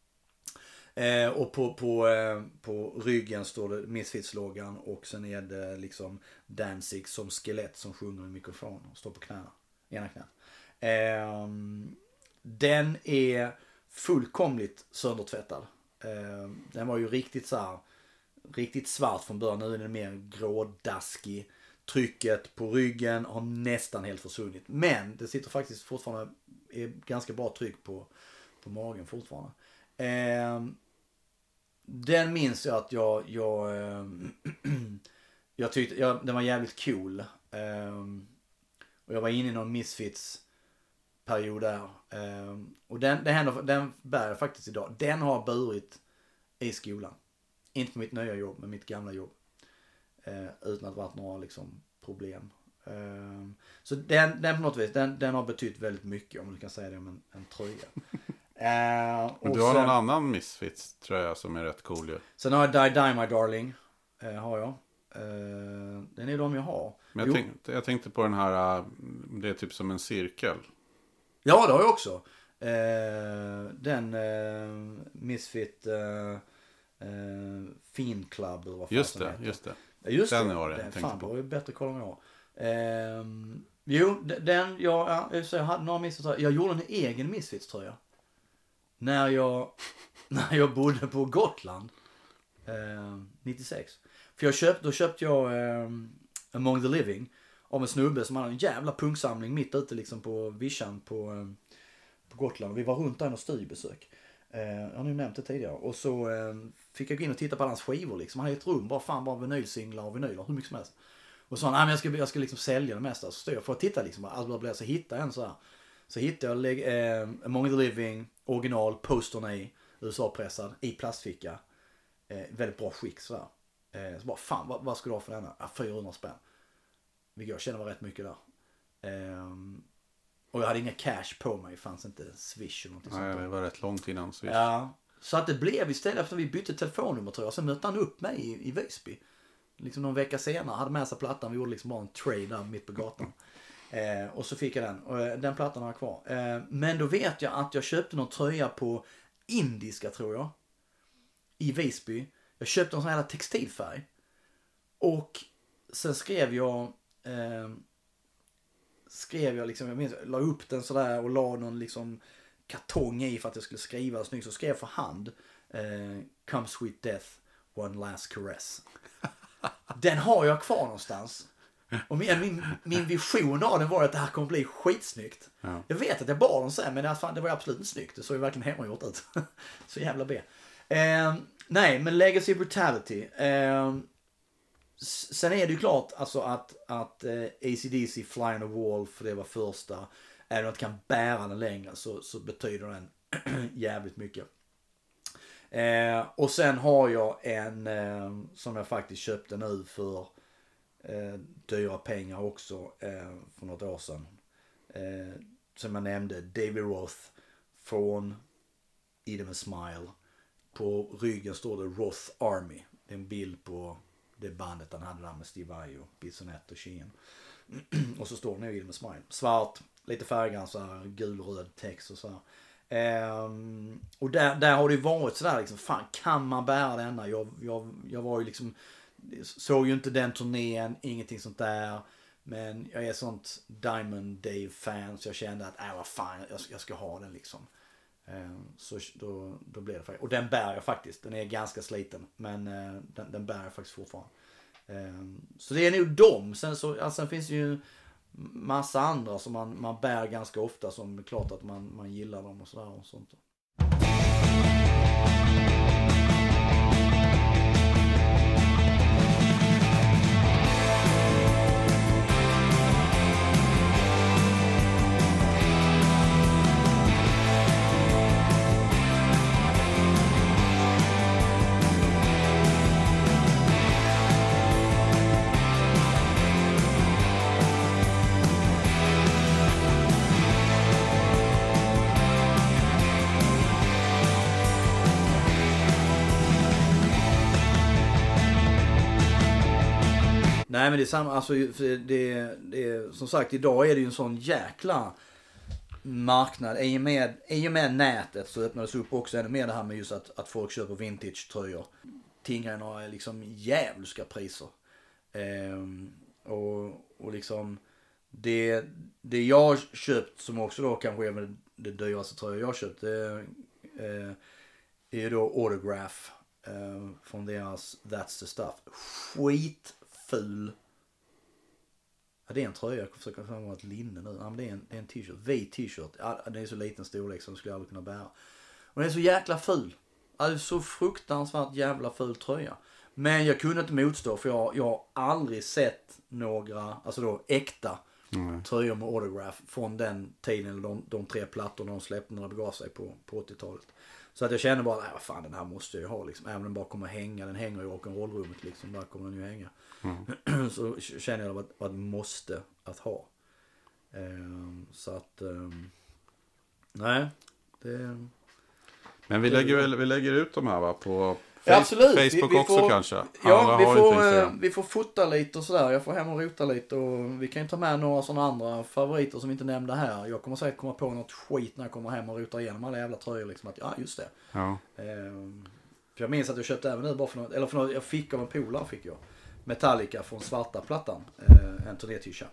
Eh, och på, på, eh, på ryggen står det Misfits-loggan och sen är det liksom Danzig som skelett som sjunger i mikrofon och står på knäna, ena knät. Eh, den är fullkomligt söndertvättad. Uh, den var ju riktigt så här, riktigt svart från början. Nu är den mer grådaskig. Trycket på ryggen har nästan helt försvunnit. Men det sitter faktiskt fortfarande, är ganska bra tryck på, på magen fortfarande. Uh, den minns jag att jag jag, uh, jag tyckte jag, den var jävligt cool. Uh, och jag var inne i någon Misfits period där. Um, och den, den, händer, den bär jag faktiskt idag. Den har burit i skolan. Inte på mitt nya jobb, men mitt gamla jobb. Uh, utan att det varit några liksom, problem. Um, så den, den på något vis, den, den har betytt väldigt mycket, om du kan säga det om en, en tröja. Uh, men du har sen, någon annan Misfits tröja som är rätt cool ju. Sen har jag Die Die My Darling. Uh, har jag. Uh, den är de jag har. Men jag tänkte, jag tänkte på den här, uh, det är typ som en cirkel. Ja, det har jag också. Uh, den uh, Misfit uh, uh, Fin Club eller vad fan just som det, heter. Just det, just den det. var det. Den, fan, det var ju bättre koll än jag. Uh, jo, den, ja, ja, så jag hade några Misfits. Jag gjorde en egen Misfits-tröja. När jag, när jag bodde på Gotland. Uh, nittiosex. För jag köpte, då köpte jag uh, Among the Living. Av en snubbe som hade en jävla punksamling mitt ute liksom på vischan på, eh, på Gotland. Vi var runt där och studiebesök. Eh, jag har nu nämnt det tidigare. Och så eh, fick jag gå in och titta på hans skivor liksom. Han hade ett rum, bara fan bara vinylsinglar och vinyler, hur mycket som helst. Och så han, nej men jag ska, jag ska liksom sälja det mesta. Så stod jag för att titta liksom, alltså, så hittade jag en så här. Så hittade jag eh, Among the Living, original, posterna i, U S A-pressad, i plastficka. Eh, väldigt bra skick så här. Eh, så bara fan, vad, vad ska du ha för denna? Ja, fyrahundra spänn. Vilket jag känner var rätt mycket där. Um, och jag hade inga cash på mig. Det fanns inte Swish eller något sånt. Nej, det var rätt långt innan Swish. Ja, så att det blev istället efter vi bytte telefonnummer tror jag. Sen mötte han upp mig i, i Visby. Liksom någon vecka senare. Hade med sig plattan. Vi gjorde liksom bara en trade där mitt på gatan. eh, och så fick jag den. Och eh, den plattan har jag kvar. Eh, men då vet jag att jag köpte någon tröja på indiska tror jag. I Visby. Jag köpte en sån här textilfärg. Och sen skrev jag Eh, skrev jag liksom, jag minns, la upp den sådär och la någon liksom kartong i för att jag skulle skriva snyggt, så skrev jag för hand eh, Come Sweet Death, One Last Caress. Den har jag kvar någonstans. Och min, min, min vision av den var att det här kommer bli skitsnyggt. Ja. Jag vet att jag bar den sen, men det, fan, det var absolut inte snyggt. Det såg ju verkligen hemmagjort ut. Så jävla B. Eh, nej, men Legacy Brutality. Eh, sen är det ju klart alltså att, att eh, A C D C Fly on the Wall, för det var första. Även om jag inte kan bära den längre så, så betyder den jävligt mycket. Eh, och sen har jag en eh, som jag faktiskt köpte nu för eh, dyra pengar också eh, för något år sedan. Eh, som jag nämnde, David Roth från Eat 'em a Smile. På ryggen står det Roth Army. Det är en bild på det bandet han hade där med Steve Vai och Bissonette och Sheehan. Och så står det nu Eat 'em a Smile. Svart, lite färggrann så här, gul-röd text och så här. Um, och där, där har det ju varit sådär liksom, fan kan man bära denna? Jag, jag, jag var ju liksom, såg ju inte den turnén, ingenting sånt där. Men jag är sånt Diamond Dave fan så jag kände att, äh vad fan, jag, jag ska ha den liksom. Um, så då, då blev det faktiskt, och den bär jag faktiskt, den är ganska sliten. Men uh, den, den bär jag faktiskt fortfarande. Um, så det är nog dem, sen, så, alltså, sen finns det ju massa andra som man, man bär ganska ofta som är klart att man, man gillar dem och sådär och sånt. Nej men det är samma, alltså det, det, det, som sagt idag är det ju en sån jäkla marknad. I och med, i och med nätet så öppnades upp också ännu mer det här med just att, att folk köper vintage-tröjor. Tingarna är liksom jävliga priser. Ehm, och, och liksom det, det jag köpt som också då kanske är med det dyraste tröjor jag köpt det, eh, är ju då Autograph eh, från deras That's the Stuff. Skit ful. Ja, det är en tröja. Jag försöker få mig ett linne nu. Ja, men det är en, det är en t-shirt. Vit t-shirt. Ja, det är så liten storlek som skulle jag aldrig kunna bära. Och den är så jäkla ful. Ja, det är så fruktansvärt jävla ful tröja. Men jag kunde inte motstå för jag, jag har aldrig sett några, alltså då äkta mm. tröjor med Autograph från den tiden, eller de, de tre plattorna de släppte när det begav sig på, på åttiotalet. Så att jag känner bara, nej vad fan den här måste jag ju ha liksom. Även om den bara kommer hänga, den hänger i rock'n'roll-rummet liksom, där kommer den ju hänga. Mm. Så känner jag att vad måste att ha. Um, så att, um, nej. Det, Men vi det, lägger, väl, vi lägger ut de här va, på ja, absolut. Facebook vi, vi också får, kanske. Ja, vi får, vi får fota lite och sådär. Jag får hem och rota lite och vi kan ju ta med några sådana andra favoriter som vi inte nämnde här. Jag kommer säkert komma på något skit när jag kommer hem och rotar igenom alla jävla tröjor liksom att, ja just det. Ja. Ehm, för jag minns att jag köpte även nu bara för något, eller för något, jag fick av en polare fick jag. Metallica från svarta plattan. Eh, en turnétisha.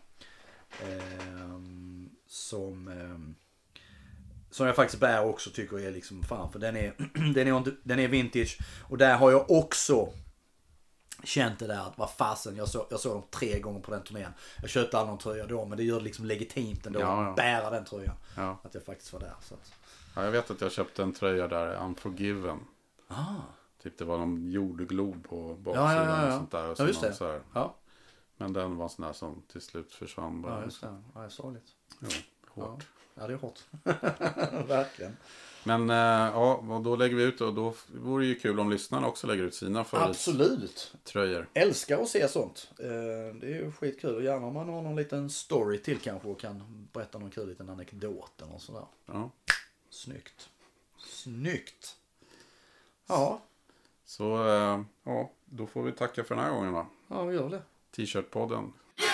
Ehm, som... Ehm, Som jag faktiskt bär också tycker är liksom fan. För den är, den är, den är vintage. Och där har jag också känt det där att vad fasen. Jag såg jag så dem tre gånger på den turnén. Jag köpte aldrig någon tröja då. Men det gör det liksom legitimt ändå. Ja, ja. Att bära den tröjan. Ja. Att jag faktiskt var där. Så att... Ja, jag vet att jag köpte en tröja där. Unforgiven. Ah. Typ det var någon jordglob på baksidan. Ja, ja, ja, ja. Och sånt där. Och ja just det. Så här. Ja. Men den var sån där som till slut försvann. Bara. Ja just det. Ja, jag såg lite. Jo, hårt. Ja. Ja, det är hårt. Verkligen. Men äh, ja, och då lägger vi ut och då vore det ju kul om lyssnarna också lägger ut sina Absolut. tröjor. Älskar att se sånt. Det är ju skitkul. Och gärna om man har någon liten story till kanske och kan berätta någon kul liten anekdot eller sådär. Ja. Snyggt. Snyggt. Ja. Så äh, ja, då får vi tacka för den här gången va? Ja, vi gör det. T-shirt-podden.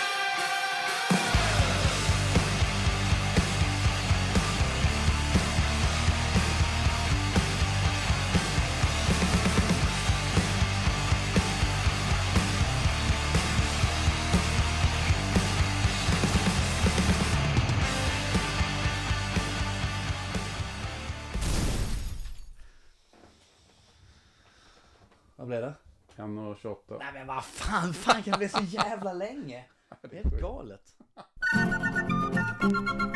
Vad blev det? en och tjugoåtta. Nej men vad fan, fan kan det bli så jävla länge? Det är helt galet.